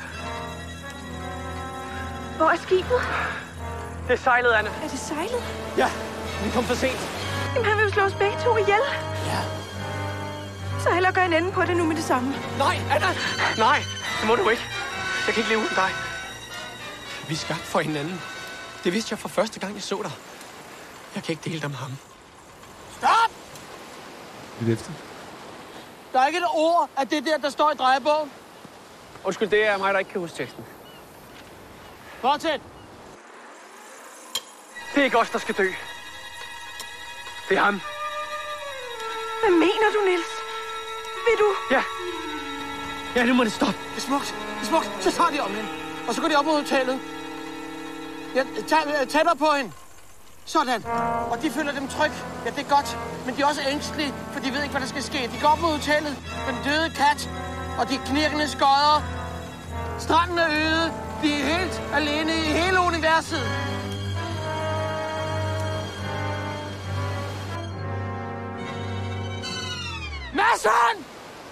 Hvor er skibet? Det er sejlet, Anna. Er det sejlet? Ja, vi kom for sent. Jamen, han vil jo slå os begge to ihjel. Ja. Så hellere gør en ende på det nu med det samme. Nej, Anna! Nej, det må du ikke. Jeg kan ikke leve uden dig. Vi er skabt for hinanden. Det vidste jeg fra første gang, jeg så dig. Jeg kan ikke dele dig med ham. Stop! Lidt efter. Der er ikke et ord af det der står i drejebogen. Undskyld, det er mig, der ikke kan huske teksten. Fortsæt. Det er ikke os, der skal dø. Det er ham. Hvad mener du, Niels? Vil du? Ja. Ja, nu må det stoppe. Det er smukt. Det er smukt. Så tager de om hende. Og så går de op mod hotellet. Ja, tættere på hende. Sådan. Og de føler dem tryg. Ja, det er godt. Men de er også ængstelige, for de ved ikke, hvad der skal ske. De går op mod hotellet med den døde kat og de knirkende skodder. Stranden er øde. De er helt alene i hele universet. Andersen!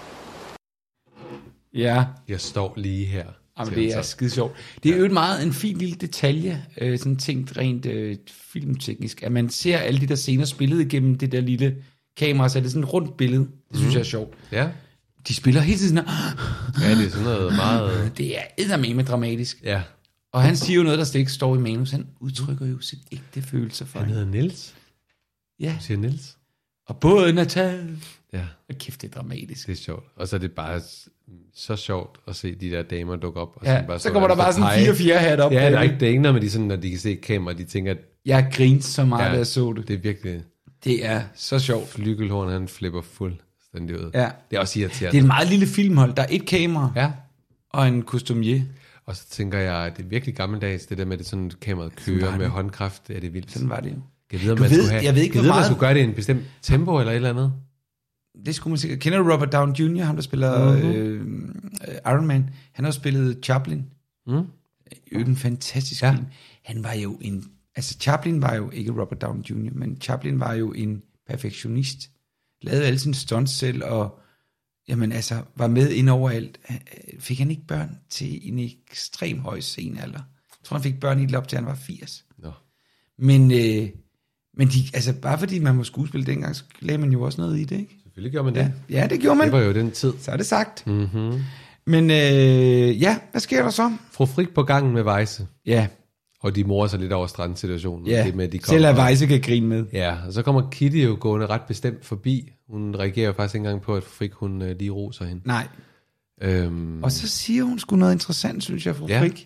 Ja. Jeg står lige her. Jamen, det er skide sjovt. Det er jo meget en fin lille detalje, sådan tænkt rent filmteknisk, at man ser alle de der scener spillet igennem det der lille kamera, så er det sådan et rundt billede. Det synes jeg er sjovt. Ja. De spiller hele tiden sådan, Ja, det er sådan noget meget... det er eddermame dramatisk. Ja. Og han siger jo noget, der slet ikke står i manus. Han udtrykker jo sit ægte følelser for Han hedder Niels. Ja. Du siger Niels. Og båden er taget. Ja. Og kæft, det er dramatisk. Det er sjovt. Og så er det bare så sjovt at se de der damer dukke op. Og Ja, bare så kommer der bare sådan 4 hat op. Ja, det er ikke noget med de sådan, når de kan se kamera, de tænker, at jeg grinte så meget, da jeg så det. Det er virkelig... Det er så sjovt. Flyggelhorn, han flipper fuldstændig ud. Ja. Det er også irriterende. Det er et meget lille filmhold. Der er et kamera. Ja. Og en kostumier. Og så tænker jeg, at det er virkelig gammeldags, det der med, at det sådan kameraet kører med håndkraft. Er det vildt? Sådan var det jo. Jeg ved ikke, hvor meget... man skulle gøre det i en bestemt tempo eller et eller andet. Det skulle man sikkert. Kender du Robert Downey Jr., ham der spiller Iron Man? Han har også spillet Chaplin. En fantastisk film. Han var jo en... Altså Chaplin var jo ikke Robert Downey Jr., men Chaplin var jo en perfektionist. Lavede alle sine stunts selv, og jamen altså, var med ind overalt. Fik han ikke børn til en ekstrem høj senalder? Jeg tror, han fik børn helt op til, han var 80. Nå. Men de, altså, bare fordi man må skuespille dengang, så lagde man jo også noget i det, ikke? Selvfølgelig gjorde man det. Ja, det gjorde man. Det var jo den tid. Så er det sagt. Mm-hmm. Men ja, hvad sker der så? Fru Frick på gangen med Weisse. Ja. Og de morer sig lidt over strandsituationen. Ja, det med, de selv at Weisse kan grine med. Ja, og så kommer Kitty jo gående ret bestemt forbi. Hun reagerer jo faktisk ikke engang på, at Fru Frick, hun lige roser hende. Nej. Og så siger hun sgu noget interessant, synes jeg, Fru Frick.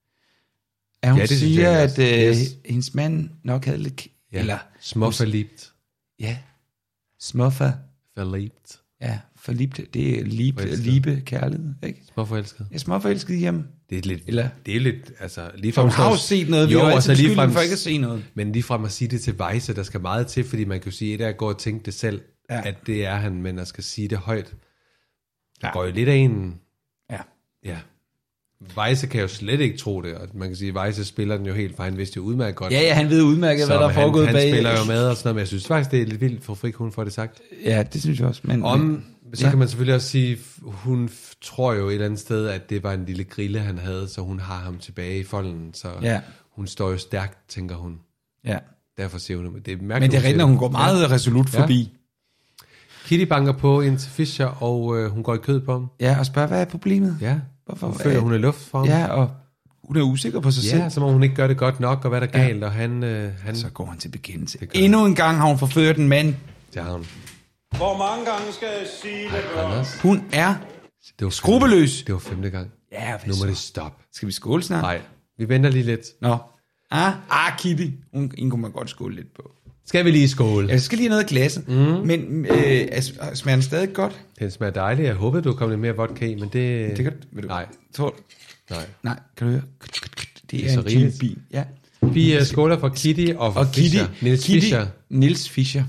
At hun siger, at hendes mand nok havde lidt... Ja, eller småforlibt. Ja, småfor. Forlibt. Ja, forlibt. Det er liebe kærlighed, ikke? Småforelsket. Ja, småforelsket hjemme. Det er lidt, eller, det er lidt, altså... Hun har jo set noget, vi har altid beskyldt for ikke at se noget. Men ligefrem at sige det til Weisse, der skal meget til, fordi man kan jo sige, at jeg går og tænke det selv, at det er han, men jeg skal sige det højt. Der går jo lidt af en... Ja. Weisse kan jo slet ikke tro det, og man kan sige, at Weisse spiller den jo helt, for han vidste jo udmærket godt. Ja, han ved udmærket, hvad der er foregået bag. Han spiller jo med og sådan noget, men jeg synes faktisk, det er lidt vildt for Frick, hun får det sagt. Ja, det synes jeg også. Så kan man selvfølgelig også sige, hun tror jo et eller andet sted, at det var en lille grille, han havde, så hun har ham tilbage i folden, så hun står jo stærkt, tænker hun. Ja. Derfor siger hun, det er mærkeligt. Men det er rigtigt, hun går meget resolut forbi. Kitty banker på ind til Fischer, og hun går i kød på ham. Ja, og spørger, hvad er problemet? Ja, hvorfor hun føler, hun er luft for ham. Ja, og hun er usikker på sig selv. Ja, som om hun ikke gør det godt nok, og hvad der er galt, og han... Så går han til bekendelse. Endnu en gang har hun forført en mand. Det har hun. Hvor mange gange skal jeg sige det, børn? Hun er skrupelløs. Det var 5. gang. Ja, nu må det stoppe. Skal vi skåle snart? Nej, vi venter lige lidt. Nå. Kitty. Hun kunne man godt skåle lidt på. Skal vi lige skåle? Jeg skal lige have noget af glasset. Men smager den stadig godt? Den smager dejligt. Jeg håber, du har kommet lidt mere vodka i, men det... Nej. Nej, kan du høre? Det er en rigeligt. bil. Ja. Vi skåler for Kitty og for Fischer. Niels Fischer.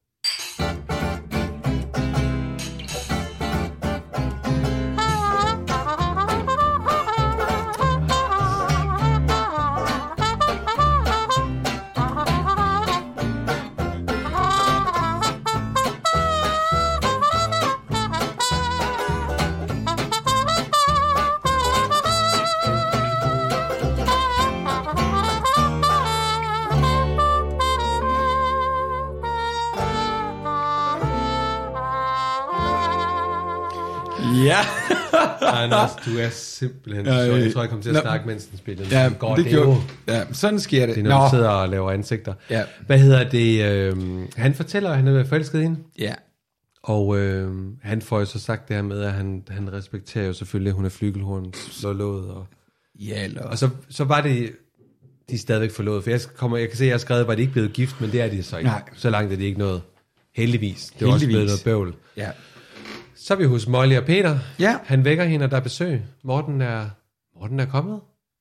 Ja. Anders, du er simpelthen så sjov. Jeg tror, jeg kommer til at snakke, mens den spiller. Ja, det gjorde. Ja, sådan sker det. Det er, når du sidder og laver ansigter. Ja. Hvad hedder det? Han fortæller, at han er forelsket i hende. Ja. Og han får jo så sagt det her med, at han respekterer jo selvfølgelig, at hun er Flyggelhorn slået. Og så var det, de er stadigvæk forlovet. For jeg kan se, at jeg har skrevet, at de ikke blevet gift, men det er de så ikke. Nej. Så langt er det ikke noget. Heldigvis. Det er også blevet noget bøvl. Ja. Så er vi hos Molly og Peter. Ja. Han vækker hende, og der er besøg. Morten er kommet.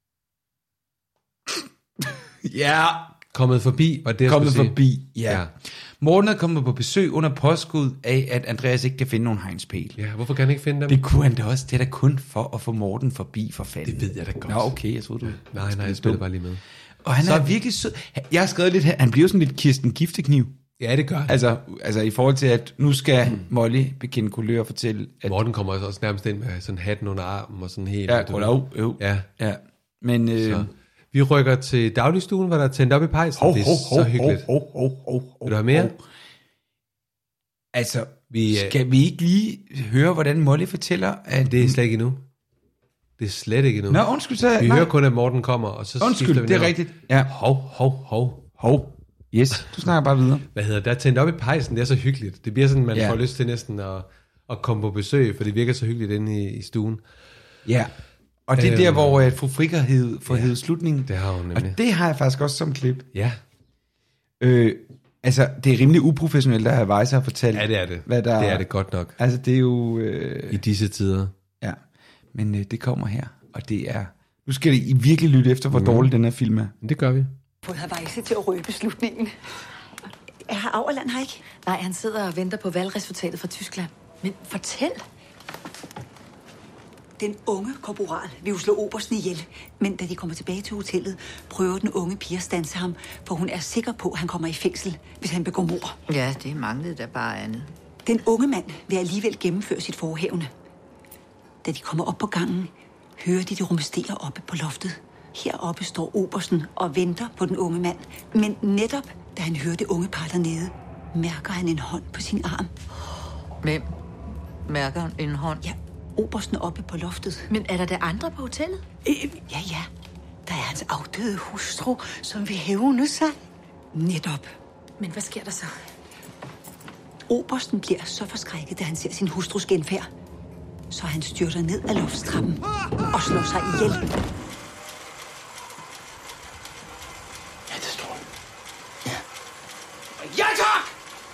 Ja. Kommet forbi, var det kommet forbi, ja. Morten er kommet på besøg under påskud af, at Andreas ikke kan finde nogen hegnspæl. Ja, hvorfor kan han ikke finde dem? Det kunne han da også. Det er da kun for at få Morten forbi, for fanden. Det ved jeg da godt. Nå, okay, jeg troede du... Nej, jeg spiller bare lige med. Og han er virkelig sød. Jeg har skrevet lidt her, han bliver sådan lidt Kirsten Giftekniv. Ja, det gør han. Altså i forhold til, at nu skal Molly bekende kulør og fortælle, at... Morten kommer også nærmest ind med sådan hatten under armen og sådan helt... Ja. Men... Vi rykker til dagligstuen, hvor der er tændt op i pejsen. Det er så hyggeligt. Vil du have mere? Altså, skal vi ikke lige høre, hvordan Molly fortæller, at... Det er slet ikke endnu. Det er slet ikke endnu. Nå, undskyld så... Vi hører kun, at Morten kommer, og så skifter vi det er rigtigt. Ja. Hov. Yes, du snakker bare videre. Hvad hedder det? Der er tændt op i pejsen, det er så hyggeligt. Det bliver sådan, man får lyst til næsten at komme på besøg, for det virker så hyggeligt inde i stuen. Ja, og det er der, hvor fru Frick har hævet slutningen. Det har hun nemlig. Og det har jeg faktisk også som klip. Ja. Altså, det er rimelig uprofessionelt, at Weisse har fortalt. Ja, det er det. Hvad der, det er det godt nok. Altså, det er jo... I disse tider. Ja, men det kommer her, og det er... Nu skal I virkelig lytte efter, hvor dårlig den her film er. Det gør vi. Fået Weisse til at røbe slutningen. Er Auerland her ikke? Nej, han sidder og venter på valgresultatet fra Tyskland. Men fortæl. Den unge korporal vil jo slå obersten ihjel. Men da de kommer tilbage til hotellet, prøver den unge pige at standse ham, for hun er sikker på, at han kommer i fængsel, hvis han begår mord. Ja, det manglede da bare andet. Den unge mand vil alligevel gennemføre sit forhævne. Da de kommer op på gangen, hører de det rumstere oppe på loftet. Heroppe står obersten og venter på den unge mand. Men netop da han hører det unge par dernede, mærker han en hånd på sin arm. Hvem mærker en hånd? Ja, obersten oppe på loftet. Men er der andre på hotellet? Ja. Der er hans afdøde hustru, som vil hævne sig. Netop. Men hvad sker der så? Obersten bliver så forskrækket, da han ser sin hustrus genfærd. Så han styrter ned ad loftstrappen og slår sig ihjel. Ja, det står. Ja, tak!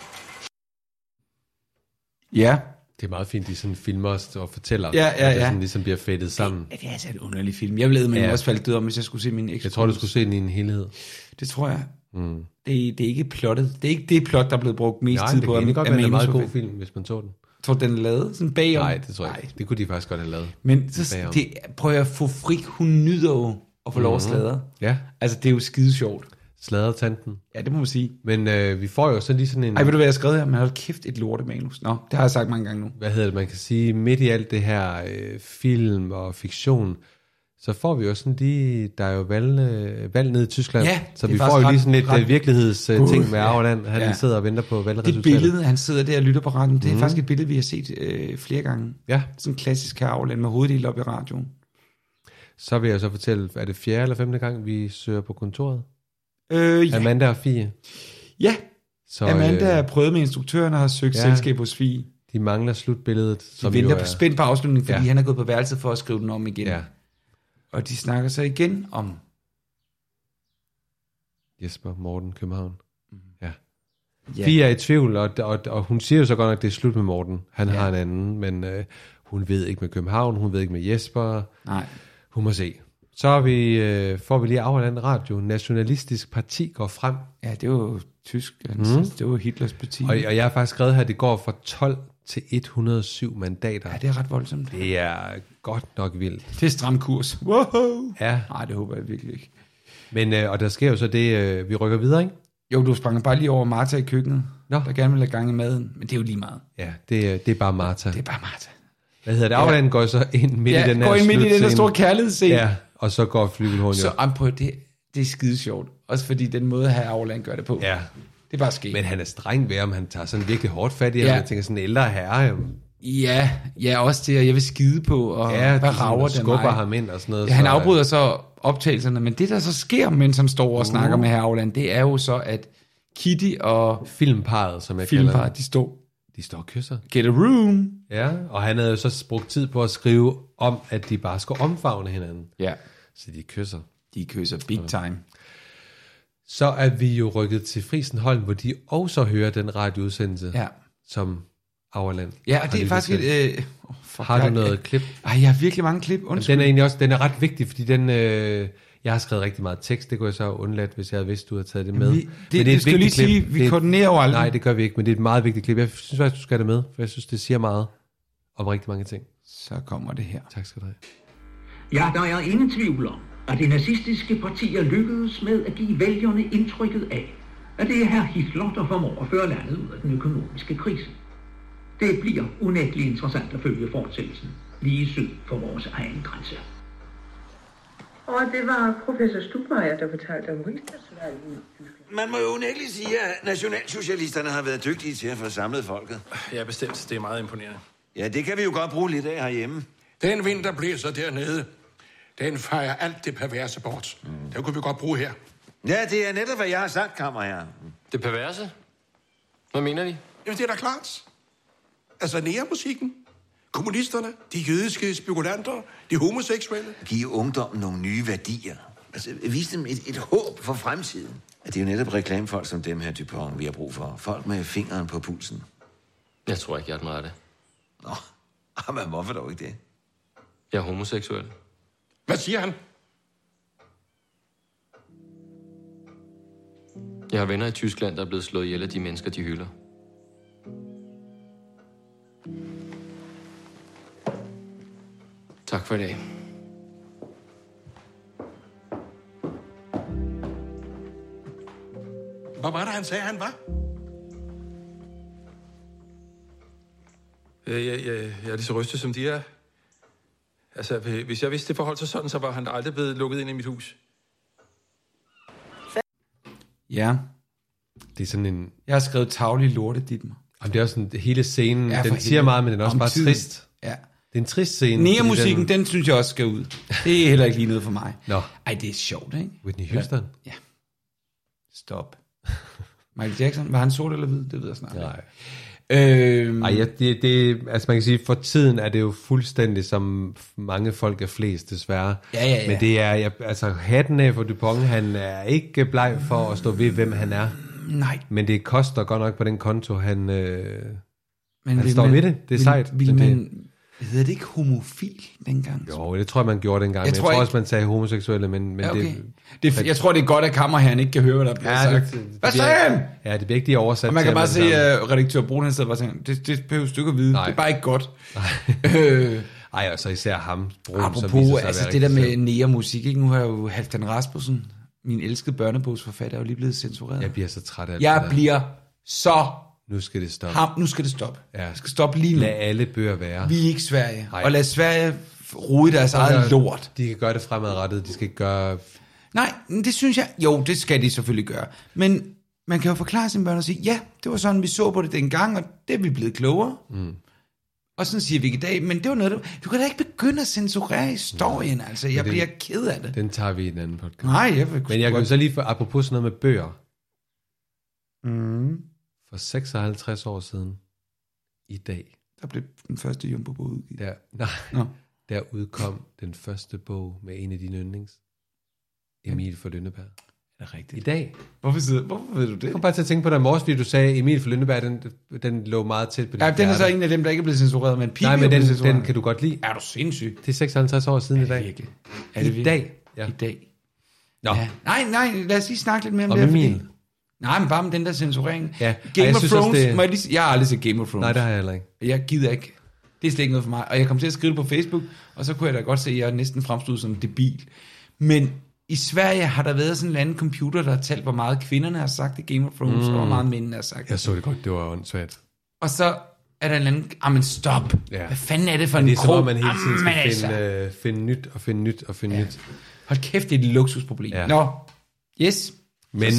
Ja. Det er meget fint, de sådan filmer os og fortæller, ja. at det sådan ligesom bliver fedtet sammen. Det er altså en underlig film. Jeg ville med også falde død om, hvis jeg skulle se min eks. Jeg tror, du skulle se den i en helhed. Det tror jeg. Mm. Det er ikke plottet. Det er ikke det plot, der er blevet brugt mest tid på. Nej, det kan godt være en meget god film, hvis man så den. Tror du, den er lavet sådan bagom? Nej, det tror jeg ikke. Det kunne de faktisk godt have lavet. Men så, prøver jeg at få Frick, hun nyder jo at få lov at sladre. Ja. Altså, det er jo skide sjovt. Sladretanten. Ja, det må man sige. Men vi får jo så lige sådan en... Ej, ved du hvad jeg har skrevet her? Man har kæft et lortemanus. Nå, det har jeg sagt mange gange nu. Hvad hedder det? Man kan sige, midt i alt det her film og fiktion, så får vi jo sådan lige... Der er jo valg ned i Tyskland. Ja, så vi får jo lige sådan lidt virkelighedsting med Auerland. Han sidder og venter på valgresultatet. Det billede, han sidder der og lytter på radioen, det er faktisk et billede, vi har set flere gange. Ja. Sådan en klassisk Auerland med hovedet helt op i radioen. Så vil jeg så fortælle, er det 4. eller 5. gang, vi søger på kontoret? Ja. Amanda og Fie. Ja, så, Amanda er prøvet med instruktøren og har søgt selskab hos Fie. De mangler slutbilledet. De venter på spændt på afslutningen, fordi han er gået på værelset for at skrive den om igen. Ja. Og de snakker så igen om... Jesper Morten København. Ja. Fie er i tvivl, og hun siger jo så godt nok, at det er slut med Morten. Han har en anden, men hun ved ikke med København, hun ved ikke med Jesper. Nej. Hun må se. Så får vi lige Auerland Radio. Nationalistisk parti går frem. Ja, det er jo tysk. Det var Hitlers parti. Og jeg har faktisk skrevet her, at det går fra 12 til 107 mandater. Ja, det er ret voldsomt. Det er godt nok vildt. Det er stram kurs. Wow. Ja. Nej, det håber jeg virkelig ikke. Men, og der sker jo så det, vi rykker videre, ikke? Jo, du sprang bare lige over Martha i køkkenet, der gerne vil have gang i maden. Men det er jo lige meget. Ja, det er bare Martha. Det er bare Martha. Hvad hedder det? Auerland går så ind midt i den her går ind midt i den der store kærlighedsscene. Ja, og så går Flygelhorn jo. Så på det er skide sjovt. Også fordi den måde her Auerland gør det på. Ja. Det er bare sket. Men han er streng ved, om han tager sådan virkelig hårdt fat i, og jeg tænker sådan en ældre herre. Ja, også det, og jeg vil skide på, og hvad rager det skubber ham ind og sådan noget. Ja, han afbryder så optagelserne, men det der så sker, mens han står og snakker med herre Auerland, det er jo så, at Kitty og filmparret, som jeg kalder det, de står og kysser. Get a room. Ja, og han havde jo så brugt tid på at skrive om, at de bare skulle omfavne hinanden. Ja. Så de kysser. De kysser big time. Så er vi jo rykket til Friesenholm, hvor de også hører den radioudsendelse, som Auerland. Ja, og det er faktisk et... har du noget klip? Ej, jeg har virkelig mange klip. Den er egentlig også, den er ret vigtig, fordi den... jeg har skrevet rigtig meget tekst, det kunne jeg så have undladt, hvis jeg havde vidst, du havde taget det med. Det skal lige sige, vi koordinerer jo aldrig. Nej, det gør vi ikke, men det er et meget vigtigt klip. Jeg synes faktisk, du skal have det med, for jeg synes, det siger meget om rigtig mange ting. Så kommer det her. Tak skal du have. Ja, der er ingen tvivl om, at de nazistiske partier lykkedes med at give vælgerne indtrykket af, at det er herr Hitler, der formår at føre landet ud af den økonomiske krise. Det bliver unægteligt interessant at følge fortsættelsen, lige syd for vores egen grænse. Og det var professor Stubmeier, der fortalte om rigsdagsvalget i Tyskland. Man må jo unægteligt sige, at nationalsocialisterne har været dygtige til at få samlet folket. Ja, bestemt. Det er meget imponerende. Ja, det kan vi jo godt bruge lidt af herhjemme. Den vind, der blæser dernede, den fejrer alt det perverse bort. Det kunne vi godt bruge her. Ja, det er netop, hvad jeg har sagt, kammerherre. Det perverse? Hvad mener de? Jamen, det er da klart. Altså, næremusikken, kommunisterne, de jødiske spekulanter, de homoseksuelle. Giv ungdommen nogle nye værdier. Altså, vis dem et håb for fremtiden. Det er jo netop reklamefolk som dem her, Dupont, vi har brug for. Folk med fingeren på pulsen. Jeg tror ikke, jeg er den rette. Nå, men hvorfor dog ikke det? Jeg er homoseksuel. Hvad siger han? Jeg har venner i Tyskland, der er blevet slået ihjel af de mennesker, de hylder. Tak for i dag. Hvor var det, han sagde, han var? Jeg er lige så rystet, som de er. Altså, hvis jeg vidste, det forholdt sig sådan, så var han aldrig blevet lukket ind i mit hus. Ja. Det er sådan en... Jeg har skrevet tavlig lorte, Dietmar. Jamen, det er også sådan, hele scenen, Ja, den siger meget, men den er også bare trist. Ja. Det er en trist scene. Næremusikken, den synes jeg også skal ud. Det er heller ikke lige noget for mig. Nå. Ej, det er sjovt, ikke? Whitney Houston? Ja. Stop. Michael Jackson, var han sort eller hvid? Det ved jeg snart. Nej. Altså man kan sige, for tiden er det jo fuldstændig som mange folk er flest, desværre. Ja. Men det er, altså hatten af for Dupont, han er ikke bleg for at stå ved, hvem han er. Nej. Men det koster godt nok på den konto, han står ved det. Det er sejt. Hedder det ikke homofil dengang? Jo, det tror jeg, man gjorde dengang. Jeg tror også, man sagde homoseksuelle, men ja, okay. jeg tror, det er godt, at kammerherren ikke kan høre, hvad der bliver sagt. Hvad sagde han? Ja, det bliver ikke de oversat. Og man kan bare se, at redaktør Brun, han sidder bare og tænker, det behøver stykke at vide. Nej. Det er bare ikke godt. Ej, og så især ham, Brun, apropos, altså det der med næremusik, ikke? Nu har jeg jo Halfdan Rasmussen, min elskede børnebogsforfatter, er jo lige blevet censureret. Jeg bliver så træt af det. Jeg bliver så... Nu skal det stoppe. Nu skal det stoppe. Ja. Det skal stoppe lige nu. Lad alle bøger være. Vi er ikke Sverige. Nej. Og lad Sverige rode deres eget lort. De kan gøre det fremadrettet. De skal ikke gøre... Nej, det synes jeg... Jo, det skal de selvfølgelig gøre. Men man kan jo forklare sine børn og sige, ja, det var sådan, vi så på det dengang, og det er vi blevet klogere. Og sådan siger vi ikke i dag, men det var noget, du kan da ikke begynde at censurere historien, altså. Jeg bliver ked af det. Den tager vi i en anden podcast. Nej, men jeg kan så lige for, apropos sådan noget med bøger. For 56 år siden, i dag, der blev den første Jumbo-bog udgivet. Der udkom den første bog med en af dine yndlings, Emil fra Lønneberg. Er det rigtigt? I dag. Hvorfor ved du det? Jeg kom bare til at tænke på dig i morges, fordi du sagde, Emil fra Lønneberg, den lå meget tæt på dit hjerte. Den er så en af dem, der ikke er blevet censureret, men Nej, men den kan du godt lide. Er du sindssyg? Det er 56 år siden i dag. Virkelig? Er det i dag? Ja. I dag. Nå. Ja. Nej, lad os lige snakke lidt mere om det. Og Emil? Nej, men bare med den der censurering. Ja. Game of Thrones, jeg har aldrig set Game of Thrones. Nej, det har jeg heller ikke. Jeg gider ikke. Det er slet ikke noget for mig. Og jeg kom til at skrive det på Facebook, og så kunne jeg da godt se, at jeg næsten fremstod som en debil. Men i Sverige har der været sådan en anden computer, der har talt, hvor meget kvinderne har sagt i Game of Thrones, og hvor meget mændene har sagt. Jeg så det godt, det var åndssvagt. Og så er der en anden... men stop. Ja. Hvad fanden er det for en krog? Det er som om, man hele tiden skal finde nyt. Hold kæft, det er et luksusproblem. Ja. Nå, yes. Men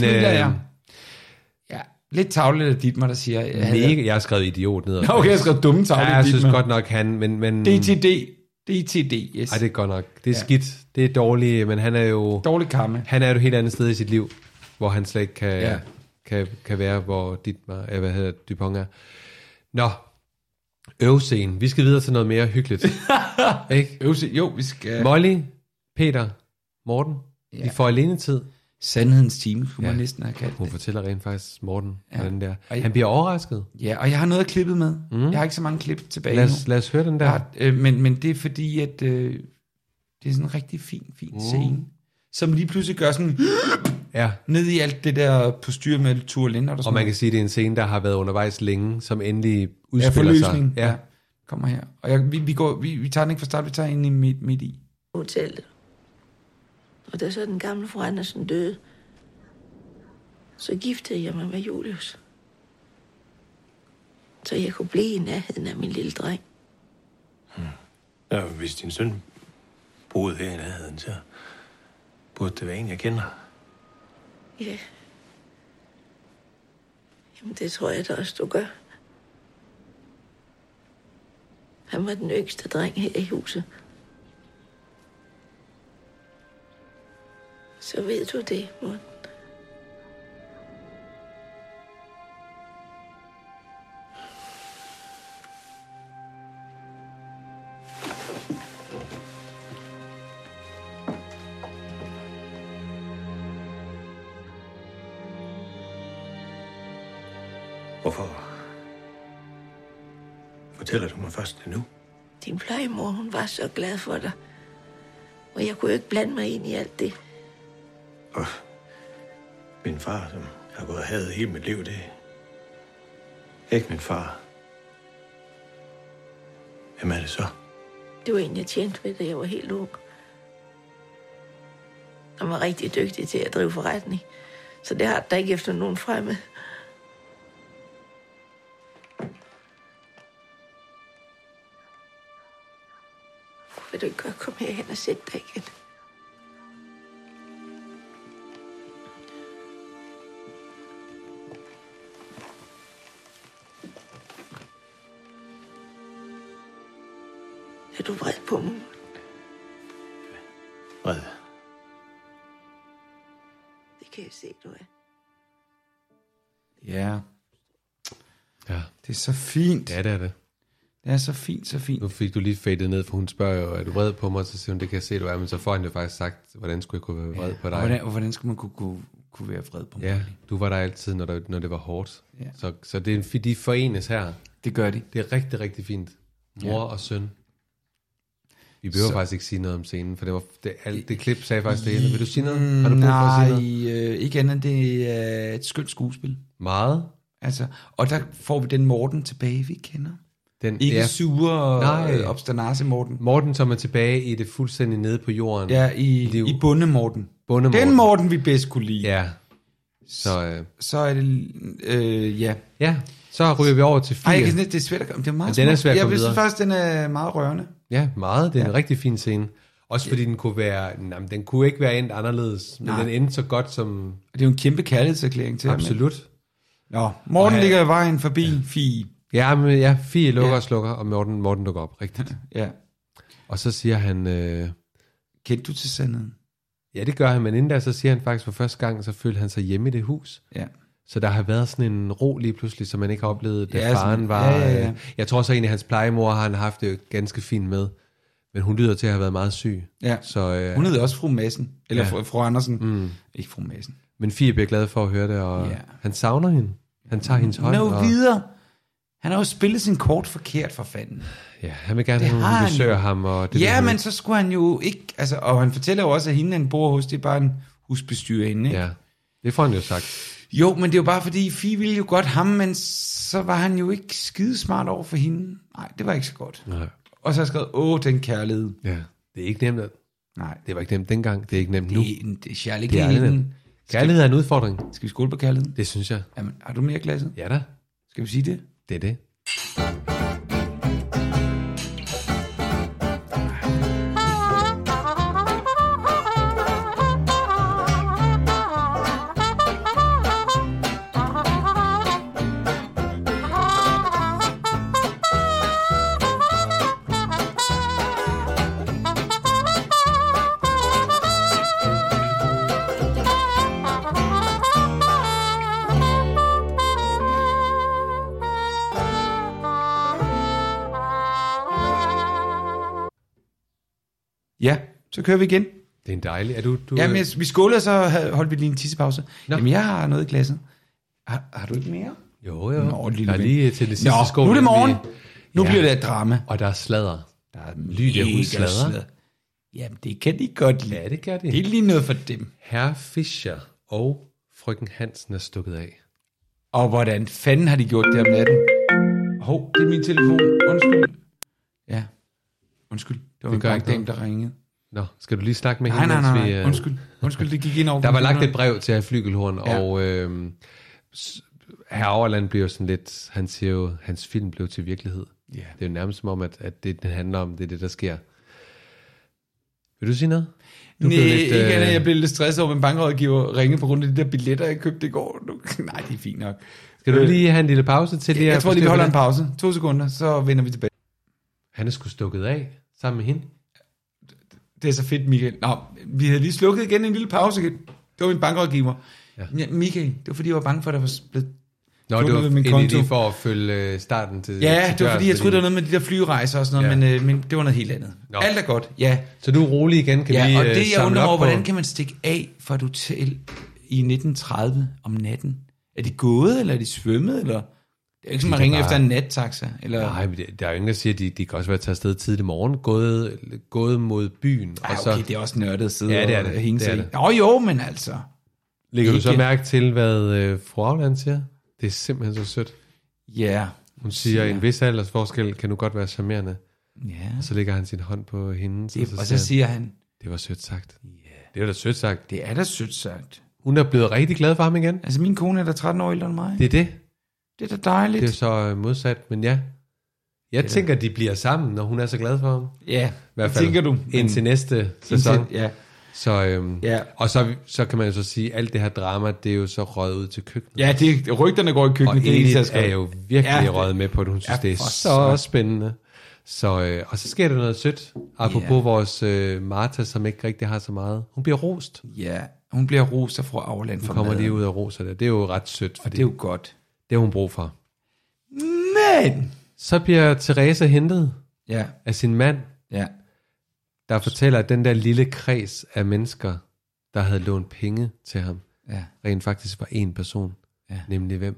lidt tavligt af Dietmar, der siger... Jeg har skrevet idiot ned. Okay, jeg har skrevet dumme tavligt. Ja, jeg synes godt nok, men... DTD, yes. Ej, det er godt nok. Det er skidt. Det er dårligt, men han er jo... Dårlig karma. Han er jo et helt andet sted i sit liv, hvor han slet ikke kan være, hvor Dupont er. Nå, øvescenen. Vi skal videre til noget mere hyggeligt. Ikke? Jo, vi skal... Molly, Peter, Morten, vi får alenetid. Sandhedens time, kunne man næsten have kaldt Hun fortæller rent faktisk Morten, hvordan der. Han bliver overrasket. Ja, og jeg har noget at klippe med. Jeg har ikke så mange klip tilbage lad os høre den der. Men det er fordi, at det er sådan en rigtig fin scene, som lige pludselig gør sådan ned i alt det der postyr med Turelinner. Og man kan sige, at det er en scene, der har været undervejs længe, som endelig udspiller sig. Ja, kommer her. Og vi tager den ikke fra start, vi tager ind i midt i. Hotellet. Og da så den gamle fru Andersen døde, Så giftede jeg mig med Julius. Så jeg kunne blive i nærheden af min lille dreng. Ja, hvis din søn boede her i nærheden, så burde det være en, jeg kender. Ja. Jamen, det tror jeg da også, du gør. Han var den yngste dreng her i huset. Så ved du det, Morten. Hvorfor fortæller du mig først det nu? Din plejemor, hun var så glad for dig. Og jeg kunne jo ikke blande mig ind i alt det. Og min far, som har gået og hadet hele mit liv, det er ikke min far. Hvem er det så? Det var en, jeg tjente ved, da jeg var helt ung. Han var rigtig dygtig til at drive forretning. Så det har der ikke efter nogen fremme. Vil du ikke godt komme herhen og sætte dig igen? Er du vred på mig? Vred? Det kan jeg se, du er. Ja. Ja. Det er så fint. Ja, det er det. Det er så fint, så fint. Nu fik du lige fadet ned, for hun spørger jo, er du vred på mig? Så siger hun, det kan jeg se, du er. Men så får han jo faktisk sagt, hvordan skulle jeg kunne være vred på dig? Og hvordan skulle man kunne være vred på mig? Ja, du var der altid, når det var hårdt. Ja. Så de forenes her. Det gør de. Det er rigtig, rigtig fint. Mor og søn. Vi behøver faktisk ikke sige noget om scenen, for det klip sagde faktisk det ene. Vil du sige noget? Har du brug for at sige noget? Ikke andet. Det er et skønt skuespil. Meget. Altså, og der får vi den Morten tilbage, vi kender. Den ikke sure obsternase Morten. Morten, som er tilbage i det fuldstændig nede på jorden. Ja, i bunde Morten. Den Morten, vi bedst kunne lide. Ja. Så er det, ja. Ja, så ryger vi over til 4. Ej, det er svært at komme. Det er meget den er svært at komme videre. Jeg videre. synes faktisk, den er meget rørende. Ja, meget. Det er en rigtig fin scene. Også fordi den kunne være, den kunne ikke være endt anderledes, men den endte så godt som... Det er jo en kæmpe kærlighedserklæring til Absolut. ham. Nå, Morten ligger i vejen forbi Fie. Ja, men Fie lukker og slukker, og Morten dukker op, rigtigt. Ja. Og så siger han... Kendte du til sandheden? Ja, det gør han, men inden da, så siger han faktisk for første gang, så følte han sig hjemme i det hus. Ja. Så der har været sådan en ro lige pludselig, som man ikke har oplevet, da Ja, faren sådan- var... ja. Jeg tror så egentlig, at hans plejemor har han haft det ganske fint med. Men hun lyder til at have været meget syg. Ja. Så, Hun hedder også fru Madsen. Eller ja. fru Andersen. Ikke fru Madsen. Men Fie bliver glad for at høre det, og han savner hende. Han tager hendes hånd. Hun er jo videre. Han har jo spillet sin kort forkert for fanden. Ja, han vil gerne have, at hun besøger ham. Og det ja, vil men så skulle han jo ikke... Altså, og han fortæller jo også, at hende, han bor hos, det er bare en husbestyrerinde. Ikke? Ja, det får han jo sagt. Jo, men det er jo bare fordi, Fie ville jo godt ham, men så var han jo ikke skidesmart over for hende. Nej, det var ikke så godt. Nej. Og så har jeg skrevet, den kærlighed. Ja, det er ikke nemt. Nej. Det var ikke nemt dengang, det er ikke nemt nu. Det er kærligheden. Kærlighed er en udfordring. Skal vi skåle på kærligheden? Det synes jeg. Jamen, har du mere glasset? Ja da. Skal vi sige det? Det er det. Ja, så kører vi igen. Det er en dejlig... Er du Jamen, vi skåler, så holdt vi lige en tissepause. Nå. Jamen, jeg har noget i glasset. Har du ikke mere? Jo. Nå, der er lige til det sidste skål. Nu er det morgen. Nu bliver det et drama. Og der er sladder. Der er Lydia, hun sladder. Jamen, det kan de godt lide. Ja, det gør de. Det er lige noget for dem. Herr Fischer og frøken Hansen er stukket af. Og hvordan fanden har de gjort det om natten? Hov, det er min telefon. Undskyld. Ja. Undskyld. Det var en gang dem, der ringede. Nå, skal du lige snakke med nej, hende? Nej. Undskyld, det gik ind over. Der var lagt et brev til hr. Flygelhorn, og hr. Overland bliver sådan lidt, han siger jo, hans film blev til virkelighed. Yeah. Det er jo nærmest som om, at det handler om, det er det, der sker. Vil du sige noget? Jeg blev lidt stresset over, at en bankrådgiver ringede på grund af de der billetter, jeg købte i går. Nej, det er fint nok. Skal du lige have en lille pause til det? Jeg tror lige, vi holder en pause. 2 sekunder, så vender vi tilbage. Han er sgu stukket af sammen med hende. Det er så fedt, Michael. Nå, vi havde lige slukket igen en lille pause. Det var min bankrådgiver. Ja, Michael, det var fordi, jeg var bange for, at der var blevet... Nå, det var min konto. Lige for at følge starten til... Ja, til det var fordi, jeg troede, det var noget med de der flyrejser og sådan noget, men det var noget helt andet. Nå. Alt er godt, ja. Så du er rolig igen, kan vi og det jeg undrer over, hvordan kan man stikke af fra et hotel i 1930 om natten? Er de gået, eller er de svømmet, eller... Det er ikke som at ringe efter en nattaxa, eller... Nej, men der er jo ingen, der siger, at de kan også være taget afsted tidligt i morgen, gået mod byen. Ej, okay, det er også nørdet at sidde ja, det er det. og hænge sig. Jo, men altså... Lægger du så mærke til, hvad fru Auland siger? Det er simpelthen så sødt. Ja. Hun siger, en vis aldersforskel kan nu godt være charmerende. Ja. Og så lægger han sin hånd på hende. Og så siger han... Det var sødt sagt. Yeah. Det var da sødt sagt. Det er da sødt sagt. Hun er blevet rigtig glad for ham igen. Altså min kone er da 13 år ældre end mig. Det er det. Det er da dejligt. Det er så modsat, men ja. Jeg tænker, de bliver sammen, når hun er så glad for ham. Ja, i hvert fald tænker du. Indtil næste sæson. Ja. Så, og så kan man jo så sige, alt det her drama, det er jo så røget ud til køkkenet. Ja, rygterne går i køkkenet. Og Edith er jo virkelig røget med på det. Hun synes, det er så spændende. Så, og så sker der noget sødt. Apropos vores Martha, som ikke rigtig har så meget. Hun bliver rost. Ja, hun bliver rost af fru Auland. Hun kommer lige ud af roser der. Det er jo ret sødt. Og det er jo godt. Det har hun brug for. Men! Så bliver Therese hentet af sin mand. Ja. Der fortæller, at den der lille kreds af mennesker, der havde lånt penge til ham, rent faktisk var en person. Ja. Nemlig hvem?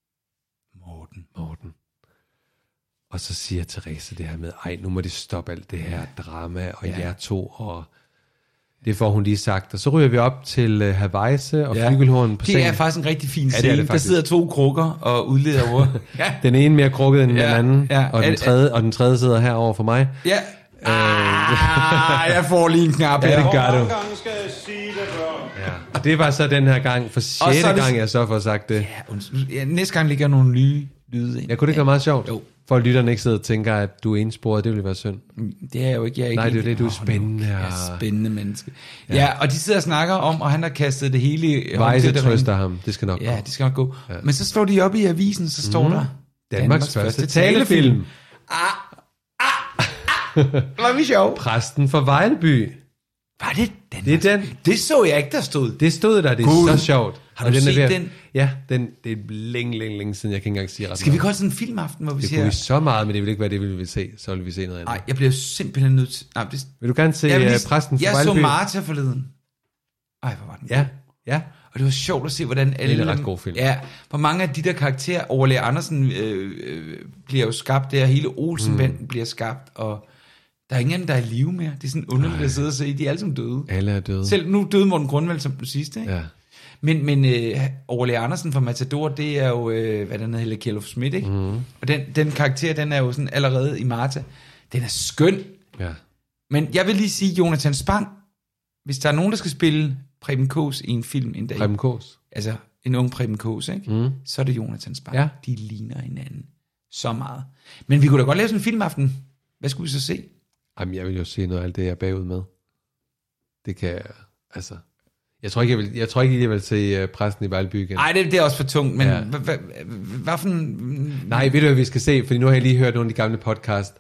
Morten. Og så siger Therese det her med, nu må de stoppe alt det her drama, og jer to, og det får hun lige sagt. Og så ryger vi op til Havajse og Flygelhorn på scenen. Det er faktisk en rigtig fin scene. Der sidder 2 krukker og udleder ord. Den ene mere krukket end den anden, og den tredje sidder her over for mig. Ja. Jeg får lige en knap. Ja, det gør du. Skal jeg sige det, og det var så den her gang, for 6. gang, jeg så får sagt det. Ja, næste gang ligger nogle nye lyde ind. Jeg kunne det ikke være meget sjovt? Jo. For at lytterne ikke sidder og tænker, at du er ensporet, det ville være synd. Det er jo ikke. Jeg er ikke. Nej, det er det, du er spændende. Jeg er spændende menneske. Ja, og de sidder og snakker om, og han har kastet det hele i Vejse trøster ham, det skal nok gå. Ja, det skal nok gå. Ja. Men så står de op i avisen, så står der... Danmarks første talefilm. Var vi sjov? Præsten for Vejleby. Var det den? Det er den. Det så jeg ikke, der stod. Det stod der, det er så sjovt. Har du set den? Ja, det er længe siden, jeg kan ikke engang sige ret. Skal vi godt sådan en filmaften, hvor vi ser... Det kunne vi så meget, men det vil ikke være det, vi vil se. Så vil vi se noget andet. Nej, jeg bliver simpelthen nødt til... Vil du gerne se Præsten for Vejleby? Jeg så Martha forleden. Ej, hvor var den? Ja. Og det var sjovt at se, hvordan alle... Det er en ret god film. Ja, hvor mange af de der karakterer, Overlæger Andersen bliver jo skabt der, hele Olsenbanden bliver skabt, og der er ingen, der er i live mere. Det er sådan underligt at sidde og se. De er alle sammen døde. Alle er døde. Selv nu døde Morten Grundvald som den sidste, ikke? Ja. Men Overlæger Andersen fra Matador, det er jo, hvad den hedder, Helle Kjelluf Schmidt, ikke? Og den karakter, den er jo sådan allerede i Martha. Den er skøn. Ja. Men jeg vil lige sige, Jonathan Spang, hvis der er nogen, der skal spille Preben Kaas i en film en dag. Preben Kaas? Altså en ung Preben Kaas, ikke? Så er det Jonathan Spang. Ja. De ligner hinanden så meget. Men vi kunne da godt lave sådan en filmaften. Hvad skulle vi så se? Jamen, jeg vil jo se noget af alt det, jeg er bagud med. Det kan altså... Jeg tror ikke, jeg vil se Præsten i Vejleby igen. Nej, det er også for tungt, men hvad for en... Nej, ved du, hvad vi skal se? Fordi nu har jeg lige hørt nogle af de gamle podcast.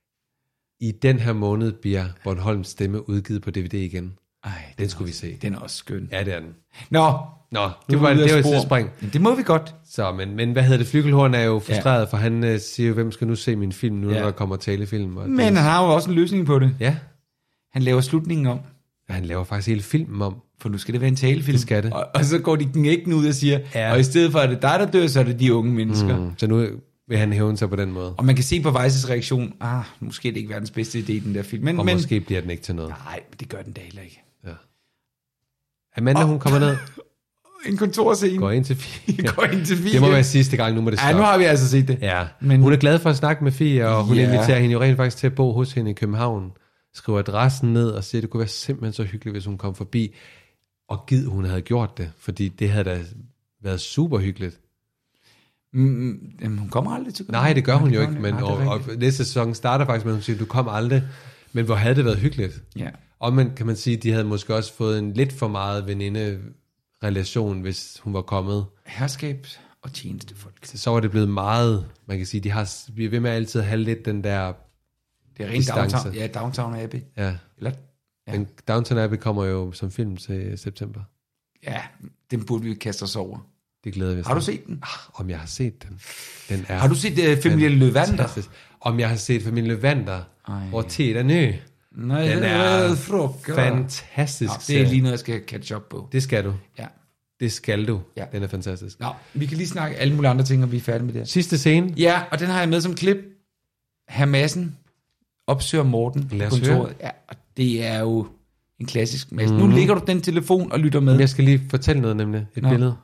I den her måned bliver Bornholms Stemme udgivet på DVD igen. Ej, den skulle vi se. Den er også skøn. Ja, det er den. Nå, det var et tidsspring. Det må vi godt. Så, men hvad hedder det? Flygelhorn er jo frustreret, for han siger jo, hvem skal nu se min film, nu når der kommer talefilm. Men han har jo også en løsning på det. Ja. Han laver slutningen om. Ja, han laver faktisk hele filmen om. For nu skal det være en talefilm. Det skal det. Og så går de knækken ud og siger, og i stedet for at det er dig, der dør, så er det de unge mennesker. Så nu vil han hævne sig på den måde. Og man kan se på Weisses reaktion, måske er det ikke verdens bedste idé, den der film. Men måske bliver den ikke til noget. Nej, det gør den da heller ikke. Ja. Amanda, hun kommer ned. En kontorscene. Går ind til Fie. Det må være sidste gang, nu må det stoppe. Ja, nu har vi altså set det. Ja. Men hun er glad for at snakke med Fie, og hun inviterer hende jo rent faktisk til at bo hos hende i København. skriver adressen ned og siger, at det kunne være simpelthen så hyggeligt, hvis hun kom forbi. Og gid hun havde gjort det, fordi det havde da været super hyggeligt. Hun kommer aldrig til. Nej, det gør hun jo ikke, men og næste sæson starter faktisk med, at hun siger, du kom aldrig, men hvor havde det været hyggeligt. Ja. Og man kan man sige, de havde måske også fået en lidt for meget veninde-relation, hvis hun var kommet. Herskab og tjenestefolk. Så var det blevet meget, man kan sige, de er ved med altid at have lidt den der det er rent Downtown, ja, Downtown Abbey. Ja. Eller, ja. Men Downtown Abbey kommer jo som film til september. Ja, den burde vi kaste os over. Det glæder vi os. Har du set den? Om jeg har set den. Har du set Familien Løvander? Om jeg har set Familien Løvander, hvor Ted er ny. Nej, den er fantastisk. Det er lige noget, jeg skal catch up på. Det skal du. Ja. Det skal du. Ja. Den er fantastisk. Nå, vi kan lige snakke alle mulige andre ting, og vi er færdige med det. Sidste scene. Ja, og den har jeg med som klip. Herr Madsen opsøger Morten på kontoret. Ja, og det er jo en klassisk Madsen. Nu ligger du den telefon og lytter med. Men jeg skal lige fortælle noget, nemlig. Et billede.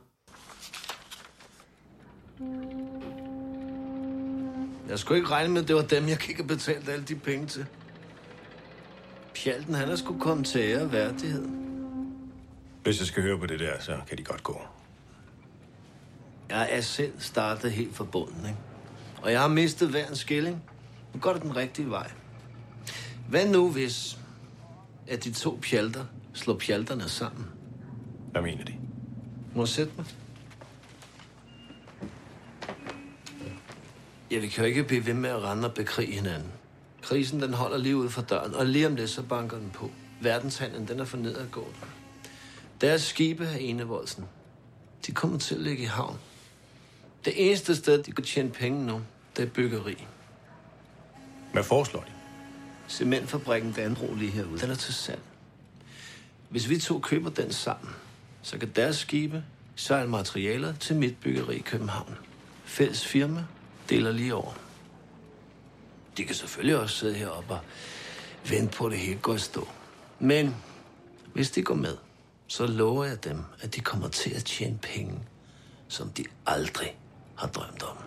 Jeg skulle ikke regne med, at det var dem, jeg gik og betalte alle de penge til. Pjalten, han er sgu komme til ære og værdighed. Hvis jeg skal høre på det der, så kan de godt gå. Jeg er selv startet helt fra bunden, ikke? Og jeg har mistet hver en skilling. Nu går det den rigtige vej. Hvad nu hvis, at de to pjalter slår pjalterne sammen? Hvad mener de? Må jeg sætte mig? Ja, vi kan jo ikke blive ved med at rende og bekrige hinanden. Krisen, den holder lige ude for døren, og lige om det, så banker den på. Verdenshandlen, den er for nedadgående. Deres skibe er Enevoldsen. De kommer til at ligge i havn. Det eneste sted, de kan tjene penge nu, det er byggeri. Hvad foreslår de? Cementfabrikken Danbro lige herude, den er til salg. Hvis vi to køber den sammen, så kan deres skibe sejle materialer til mit byggeri i København. Fælles firma deler lige over. De kan selvfølgelig også sidde heroppe og vente på, at det hele går i stå. Men hvis de går med, så lover jeg dem, at de kommer til at tjene penge, som de aldrig har drømt om.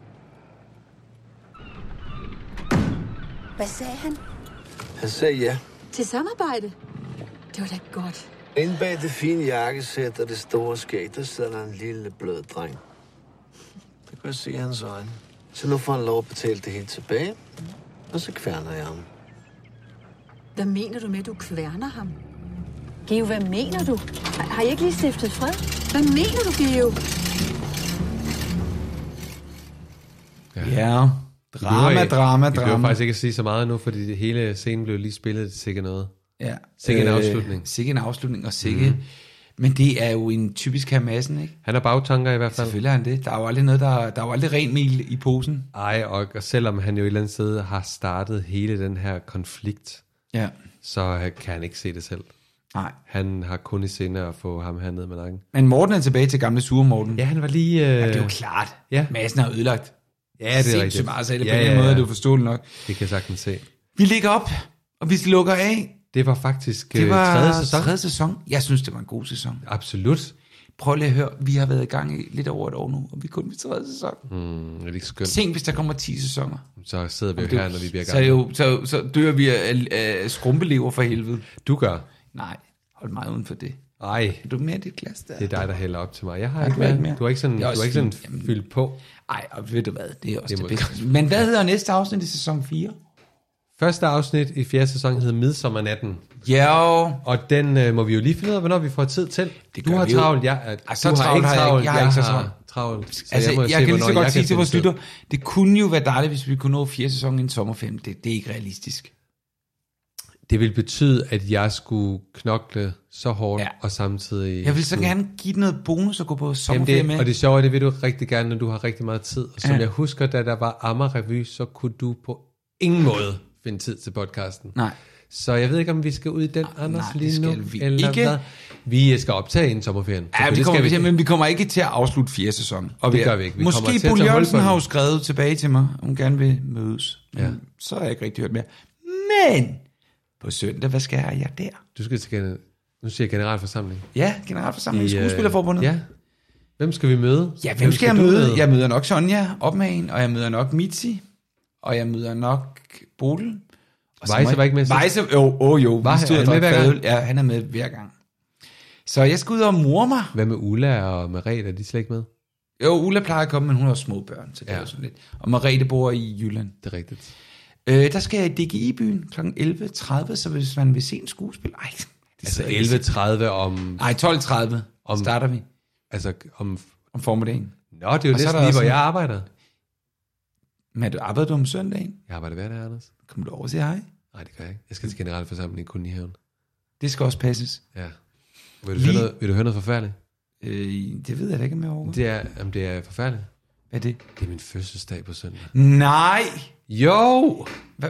Hvad sagde han? Han sagde ja. Til samarbejde? Det var da godt. Inde bag det fine jakkesæt og det store skæg, der sidder der en lille blød dreng. Det kan jeg se i hans øjne. Så nu får han lov at betale det hele tilbage, og så kværner jeg ham. Hvad mener du med, at du kværner ham? Geo, hvad mener du? Har I ikke lige stiftet fred? Hvad mener du, Geo? Ja, drama. Vi kan faktisk ikke sige så meget nu, fordi det hele scenen blev lige spillet til sikkert noget. Ja. Sikke en afslutning. Sikke en afslutning, og sikke... Men det er jo en typisk Herr Madsen, ikke? Han har bagtanker i hvert fald. Selvfølgelig er han det. Der er jo aldrig noget, der er jo aldrig ren mel i posen. Ej, og selvom han jo et eller andet sted har startet hele den her konflikt, ja, så kan han ikke se det selv. Nej. Han har kun i sinde at få ham herned med nakken. Men Morten er tilbage til gamle sure Morten. Ja, han var lige... Ja, det er jo klart. Ja. Madsen har ødelagt. Ja, det er rigtigt. Meget, så det på en måde, du forstår det nok. Det kan jeg sagtens se. Vi ligger op, og vi lukker af. Det var faktisk tredje sæson. Jeg synes, det var en god sæson. Absolut. Prøv lige at høre, vi har været i gang i lidt over et år nu, og vi er kun ved tredje sæson. Det er ikke skønt. Tænk, hvis der kommer 10 sæsoner. Så sidder vi jo her, når vi bliver gamle. Så dør vi af skrumpelever for helvede. Du gør. Nej, hold mig uden for det. Ej. Du er mere dit glas der. Det er dig, der hælder op til mig. Jeg har ikke mere. Du har ikke sådan fyldt på. Ej, og ved du hvad, det er også det bedste. Men hvad hedder næste afsnit i sæson 4? Første afsnit i 4. sæson hedder Midsommernatten. Ja. Og den må vi jo lige finde ud af, hvornår vi får tid til. Du har travlt, jeg har ikke travlt. Jeg har ikke så travlt. Altså, jeg kan lige så godt sige til vores lytter, det kunne jo være dejligt, hvis vi kunne nå 4. sæson i en sommerfilm. Det er ikke realistisk. Det vil betyde, at jeg skulle knokle så hårdt, og samtidig... Jeg vil så gerne give noget bonus og gå på sommerferie med. Og det sjove er, det vil du rigtig gerne, når du har rigtig meget tid. Og som jeg husker, da der var Amager Revy, så kunne du på ingen måde finde tid til podcasten. Nej. Så jeg ved ikke, om vi skal ud i den, Anders, lige nu. Vi eller ikke. Hvad? Vi skal optage inden sommerferien. Ja, det kommer vi til, men vi kommer ikke til at afslutte 4. sæson. Og det gør vi ikke. Vi måske Bo Jørgensen har jo skrevet tilbage til mig, om hun gerne vil mødes. Men så har jeg ikke rigtig hørt mere. Men på søndag, hvad skal jeg der? Du skal til, nu siger jeg generalforsamling. Ja, generalforsamling i Skuespillerforbundet. Ja. Hvem skal vi møde? Ja, hvem skal jeg møde? Jeg møder nok Sonja op med en, og jeg møder nok Mitzi, og jeg møder nok Bodil, Weisse var ikke med sidst? Weisse, jo. Var han med hver gang? Ja, han er med hver gang. Så jeg skal ud og mor mig. Hvad med Ulla og Merete, er de slet ikke med? Jo, Ulla plejer at komme, men hun har små børn, så det er sådan lidt. Og Merete bor i Jylland. Det er rigtigt. Der skal jeg i DGI-byen kl. 11.30, så hvis man vil se en skuespil... Ej, altså 11.30 om... Nej, 12.30 starter vi. Altså om formiddagen. Nå, det er jo næsten lige, hvor jeg arbejder. Men arbejder du om søndagen? Jeg arbejder hver dag, Anders. Kommer du over og sige hej? Nej, det gør jeg ikke. Jeg skal til generalforsamling i Kolonihaven. Det skal også passes. Ja. Vil du høre noget forfærdeligt? Det ved jeg da ikke, om jeg overgår. Det er forfærdeligt. Hvad er det? Det er min fødselsdag på søndag. Nej! Jo! Hvad?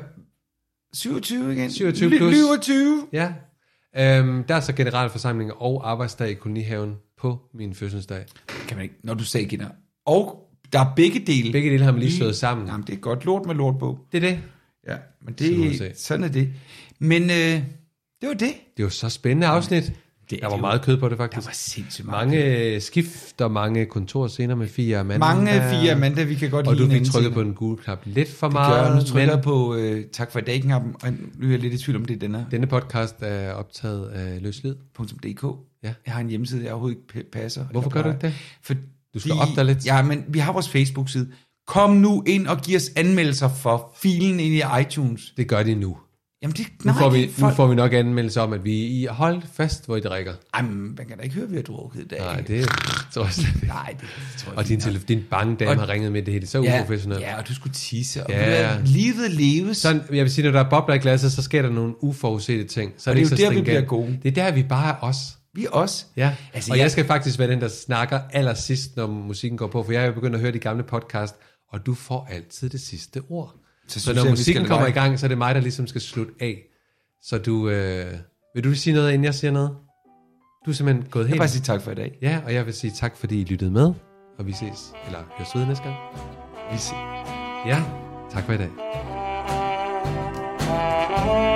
27 igen? 27 plus. 27? Ja. Der er så generalforsamling og arbejdsdag i Kolonihaven på min fødselsdag. Kan man ikke, når du sagde general. Og der er begge dele. Begge dele har man lige slået sammen. Jamen, det er godt lort med lort på. Det er det. Ja, men sådan er det. Men det var det. Det var så spændende afsnit. Der var meget kød på det, faktisk. Der var sindssygt mange skifter, mange kontorscener med Fie og Amanda. Mange Fie og Amanda, vi kan godt lide. Og du fik trykket på den gule knap lidt for meget. Det gør, nu trykker jeg på tak for i dag-knappen, og nu er jeg lidt i tvivl om det er Denne podcast er optaget af løslyd.dk. Ja. Jeg har en hjemmeside, jeg overhovedet ikke passer. Hvorfor gør du ikke det? Fordi, du skal op der lidt. Ja, men vi har vores Facebook-side. Kom nu ind og giv os anmeldelser for filen ind i iTunes. Det gør de nu. Jamen nu får vi nok anmeldelse om, at vi holdt fast, hvor I drikker. Ej, men man kan da ikke høre, at vi har drukket i dag. Nej, det tror jeg slet ikke. Nej, det tror jeg og din bange dame har ringet med det hele. Så uprofessionelt. Ja, og du skulle tisse. Og livet leves. Sådan, jeg vil sige, når der er bobler i glasset, så sker der nogle uforudsete ting. Så og det er jo der, vi bliver gode. Det er der, vi bare er os. Vi er os. Ja, altså, og jeg skal faktisk være den, der snakker allersidst, når musikken går på. For jeg er jo begyndt at høre de gamle podcast, og du får altid det sidste ord. Så når musikken kommer i gang, så er det mig, der ligesom skal slutte af. Så du, vil du sige noget, inden jeg siger noget? Du er simpelthen gået helt... Jeg vil bare sige tak for i dag. Ja, og jeg vil sige tak, fordi I lyttede med. Og vi ses, eller høres ved næste gang. Vi ses. Ja, tak for i dag.